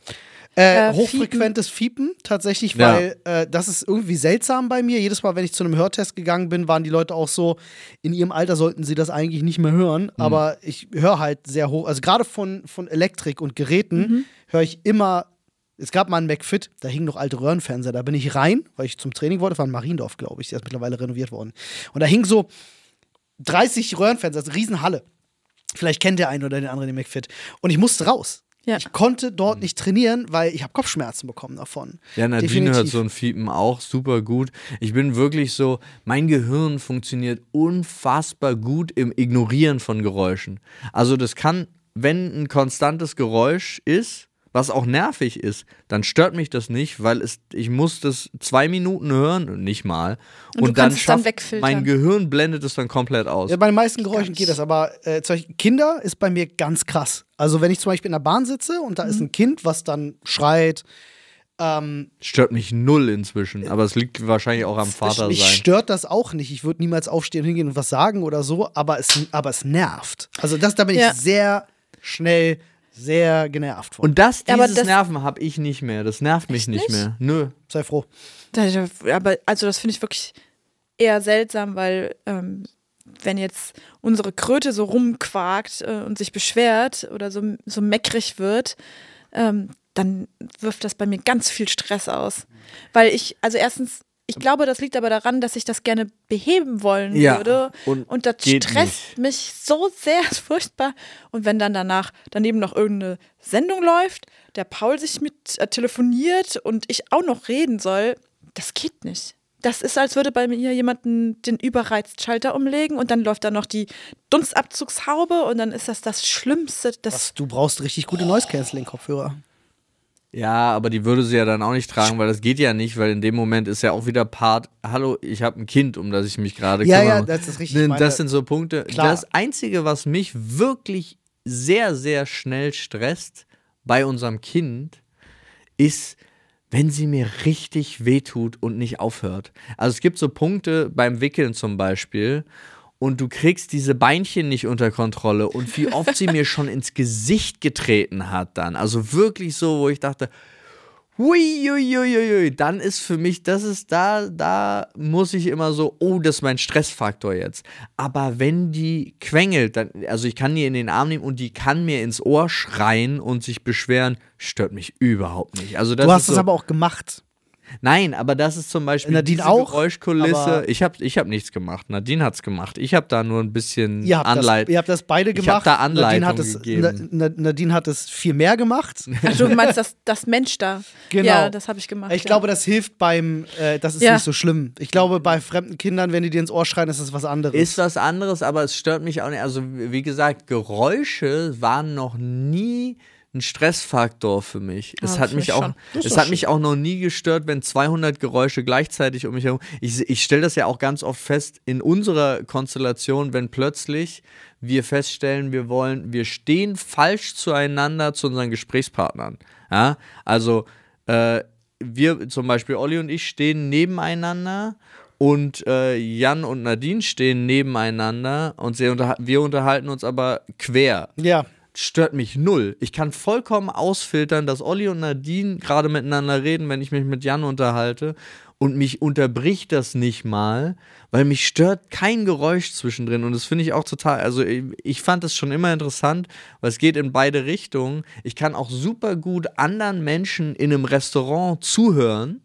Äh, Äh, hochfrequentes Fiepen tatsächlich, Ja. weil äh, das ist irgendwie seltsam bei mir. Jedes Mal, wenn ich zu einem Hörtest gegangen bin, waren die Leute auch so, in ihrem Alter sollten sie das eigentlich nicht mehr hören. Mhm. Aber ich höre halt sehr hoch, also gerade von, von Elektrik und Geräten Mhm. höre ich immer. Es gab mal einen McFit, da hingen noch alte Röhrenfernseher. Da bin ich rein, weil ich zum Training wollte. Das war in Mariendorf, glaube ich. Der ist mittlerweile renoviert worden. Und da hingen so dreißig Röhrenfernseher, also Riesenhalle. Vielleicht kennt der eine oder den anderen den McFit. Und ich musste raus. Ja. Ich konnte dort nicht trainieren, weil ich habe Kopfschmerzen bekommen davon. Ja, Nadine Definitiv. hört so ein Fiepen auch super gut. Ich bin wirklich so, mein Gehirn funktioniert unfassbar gut im Ignorieren von Geräuschen. Also das kann, wenn ein konstantes Geräusch ist, was auch nervig ist, dann stört mich das nicht, weil es, ich muss das zwei Minuten hören, nicht mal. Und Und, du dann kannst es dann schafft, wegfiltern. mein Gehirn blendet es dann komplett aus. Ja, bei den meisten Gar Geräuschen nicht. geht das, aber äh, zum Beispiel Kinder ist bei mir ganz krass. Also wenn ich zum Beispiel in der Bahn sitze und da ist Mhm. ein Kind, was dann schreit, Ähm, Stört mich null inzwischen, aber es liegt wahrscheinlich auch am Vater mich sein. stört das auch nicht. Ich würde niemals aufstehen, hingehen und was sagen oder so, aber es, aber es nervt. Also das, da bin Ja. ich sehr schnell, sehr genervt von. Und das, Ja, aber dieses das- Nerven habe ich nicht mehr. Das nervt mich nicht, nicht? mehr. Nö. Sei froh. Aber also das finde ich wirklich eher seltsam, weil ähm, wenn jetzt unsere Kröte so rumquakt äh, und sich beschwert oder so, so meckrig wird, ähm, dann wirft das bei mir ganz viel Stress aus. Weil ich, also erstens, ich glaube, das liegt aber daran, dass ich das gerne beheben wollen Ja, würde. und Und das geht stresst mich so sehr, ist furchtbar. Und wenn dann danach daneben noch irgendeine Sendung läuft, der Paul sich mit äh, telefoniert und ich auch noch reden soll, das geht nicht. Das ist, als würde bei mir jemanden den Überreizschalter umlegen und dann läuft da noch die Dunstabzugshaube und dann ist das das Schlimmste. Das Was, du brauchst richtig gute Noise-Canceling-Kopfhörer. Ja, aber die würde sie ja dann auch nicht tragen, weil das geht ja nicht, weil in dem Moment ist ja auch wieder Part, hallo, ich habe ein Kind, um das ich mich gerade Ja, kümmere. ja, das ist richtig. Das meine- sind so Punkte. Klar. Das Einzige, was mich wirklich sehr, sehr schnell stresst bei unserem Kind, ist, wenn sie mir richtig wehtut und nicht aufhört. Also es gibt so Punkte beim Wickeln zum Beispiel und du kriegst diese Beinchen nicht unter Kontrolle und wie oft sie mir schon ins Gesicht getreten hat dann. Also wirklich so, wo ich dachte, hui, hui, hui, hui. Dann ist für mich, das ist da, da muss ich immer so, oh, das ist mein Stressfaktor jetzt. Aber wenn die quengelt, dann, also ich kann die in den Arm nehmen und die kann mir ins Ohr schreien und sich beschweren, stört mich überhaupt nicht. Also das Du hast ist es so, aber auch gemacht. Nein, aber das ist zum Beispiel Nadine diese auch, Geräuschkulisse. aber- Ich habe ich hab nichts gemacht. Nadine hat's gemacht. Ich habe da nur ein bisschen Ihr habt, das, Anleitung. ihr habt das beide Ich hab gemacht. da Anleitung Nadine hat es, gegeben. Na, Na, Nadine hat es viel mehr gemacht. Ach, du meinst das, das Mensch da. Genau. Ja, das habe ich gemacht. Ich ja. glaube, das hilft beim, äh, das ist Ja. nicht so schlimm. Ich glaube, bei fremden Kindern, wenn die dir ins Ohr schreien, ist das was anderes. Ist was anderes, aber es stört mich auch nicht. Also, wie gesagt, Geräusche waren noch nie ein Stressfaktor für mich. Es Ah, hat für mich mich auch, schon. Das ist es doch hat mich auch noch nie gestört, wenn zweihundert Geräusche gleichzeitig um mich herum. Ich, ich stelle das ja auch ganz oft fest in unserer Konstellation, wenn plötzlich wir feststellen, wir wollen, wir stehen falsch zueinander zu unseren Gesprächspartnern. Ja, also äh, wir zum Beispiel Olli und ich stehen nebeneinander. Und äh, Jan und Nadine stehen nebeneinander und sie unterha- wir unterhalten uns aber quer. Ja. Stört mich null. Ich kann vollkommen ausfiltern, dass Olli und Nadine gerade miteinander reden, wenn ich mich mit Jan unterhalte. Und mich unterbricht das nicht mal, weil mich stört kein Geräusch zwischendrin. Und das finde ich auch total, also ich, ich fand das schon immer interessant, weil es geht in beide Richtungen. Ich kann auch super gut anderen Menschen in einem Restaurant zuhören.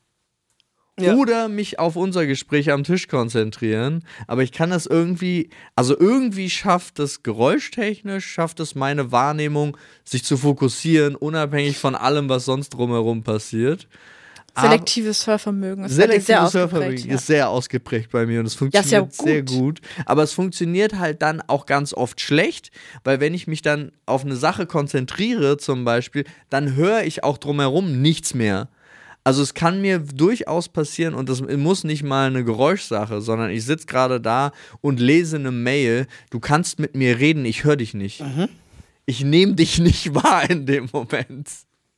Ja. Oder mich auf unser Gespräch am Tisch konzentrieren. Aber ich kann das irgendwie, also irgendwie schafft das geräuschtechnisch, schafft es meine Wahrnehmung, sich zu fokussieren, unabhängig von allem, was sonst drumherum passiert. Selektives Hörvermögen ist bei dir sehr Selektives ausgeprägt. Hörvermögen Ja. ist sehr ausgeprägt bei mir und es Ja, funktioniert ist ja gut. sehr gut. Aber es funktioniert halt dann auch ganz oft schlecht, weil wenn ich mich dann auf eine Sache konzentriere zum Beispiel, dann höre ich auch drumherum nichts mehr. Also es kann mir durchaus passieren und das muss nicht mal eine Geräuschsache, sondern ich sitze gerade da und lese eine Mail, du kannst mit mir reden, ich höre dich nicht. Mhm. Ich nehme dich nicht wahr in dem Moment.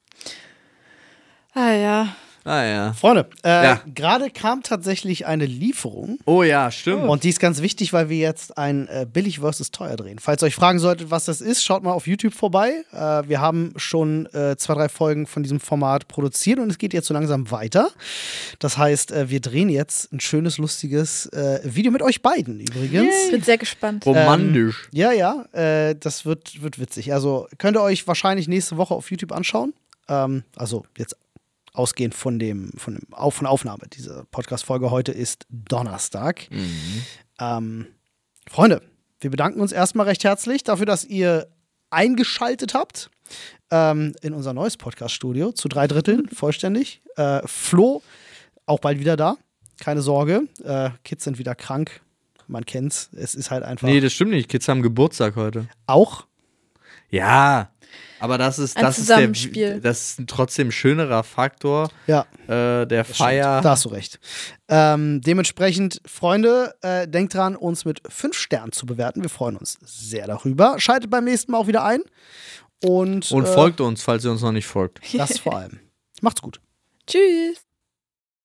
Ah ja. Ah ja. Freunde, äh, Ja. gerade kam tatsächlich eine Lieferung. Oh ja, stimmt. Und die ist ganz wichtig, weil wir jetzt ein äh, billig versus teuer drehen. Falls ihr euch fragen solltet, was das ist, schaut mal auf YouTube vorbei. Äh, wir haben schon äh, zwei, drei Folgen von diesem Format produziert und es geht jetzt so langsam weiter. Das heißt, äh, wir drehen jetzt ein schönes, lustiges äh, Video mit euch beiden übrigens. Ich bin sehr gespannt. Romantisch. Ja, ja, äh, das wird, wird witzig. Also könnt ihr euch wahrscheinlich nächste Woche auf YouTube anschauen. Ähm, also jetzt ausgehend von dem, von dem Auf- von Aufnahme. Diese Podcast-Folge heute ist Donnerstag. Ähm, Freunde, wir bedanken uns erstmal recht herzlich dafür, dass ihr eingeschaltet habt ähm, in unser neues Podcast-Studio. Zu drei Dritteln vollständig. Äh, Flo, auch bald wieder da. Keine Sorge. Äh, Kids sind wieder krank. Man kennt's. Es ist halt einfach Nee, das stimmt nicht. Kids haben Geburtstag heute. auch. Ja, aber das ist, Ein das ist, der, Zusammenspiel. das ist ein trotzdem schönerer Faktor Ja. äh, der Stimmt, Feier. Da hast du recht. Ähm, dementsprechend, Freunde, äh, denkt dran, uns mit fünf Sternen zu bewerten. Wir freuen uns sehr darüber. Schaltet beim nächsten Mal auch wieder ein. Und, Und äh, folgt uns, falls ihr uns noch nicht folgt. das vor allem. Macht's gut. Tschüss.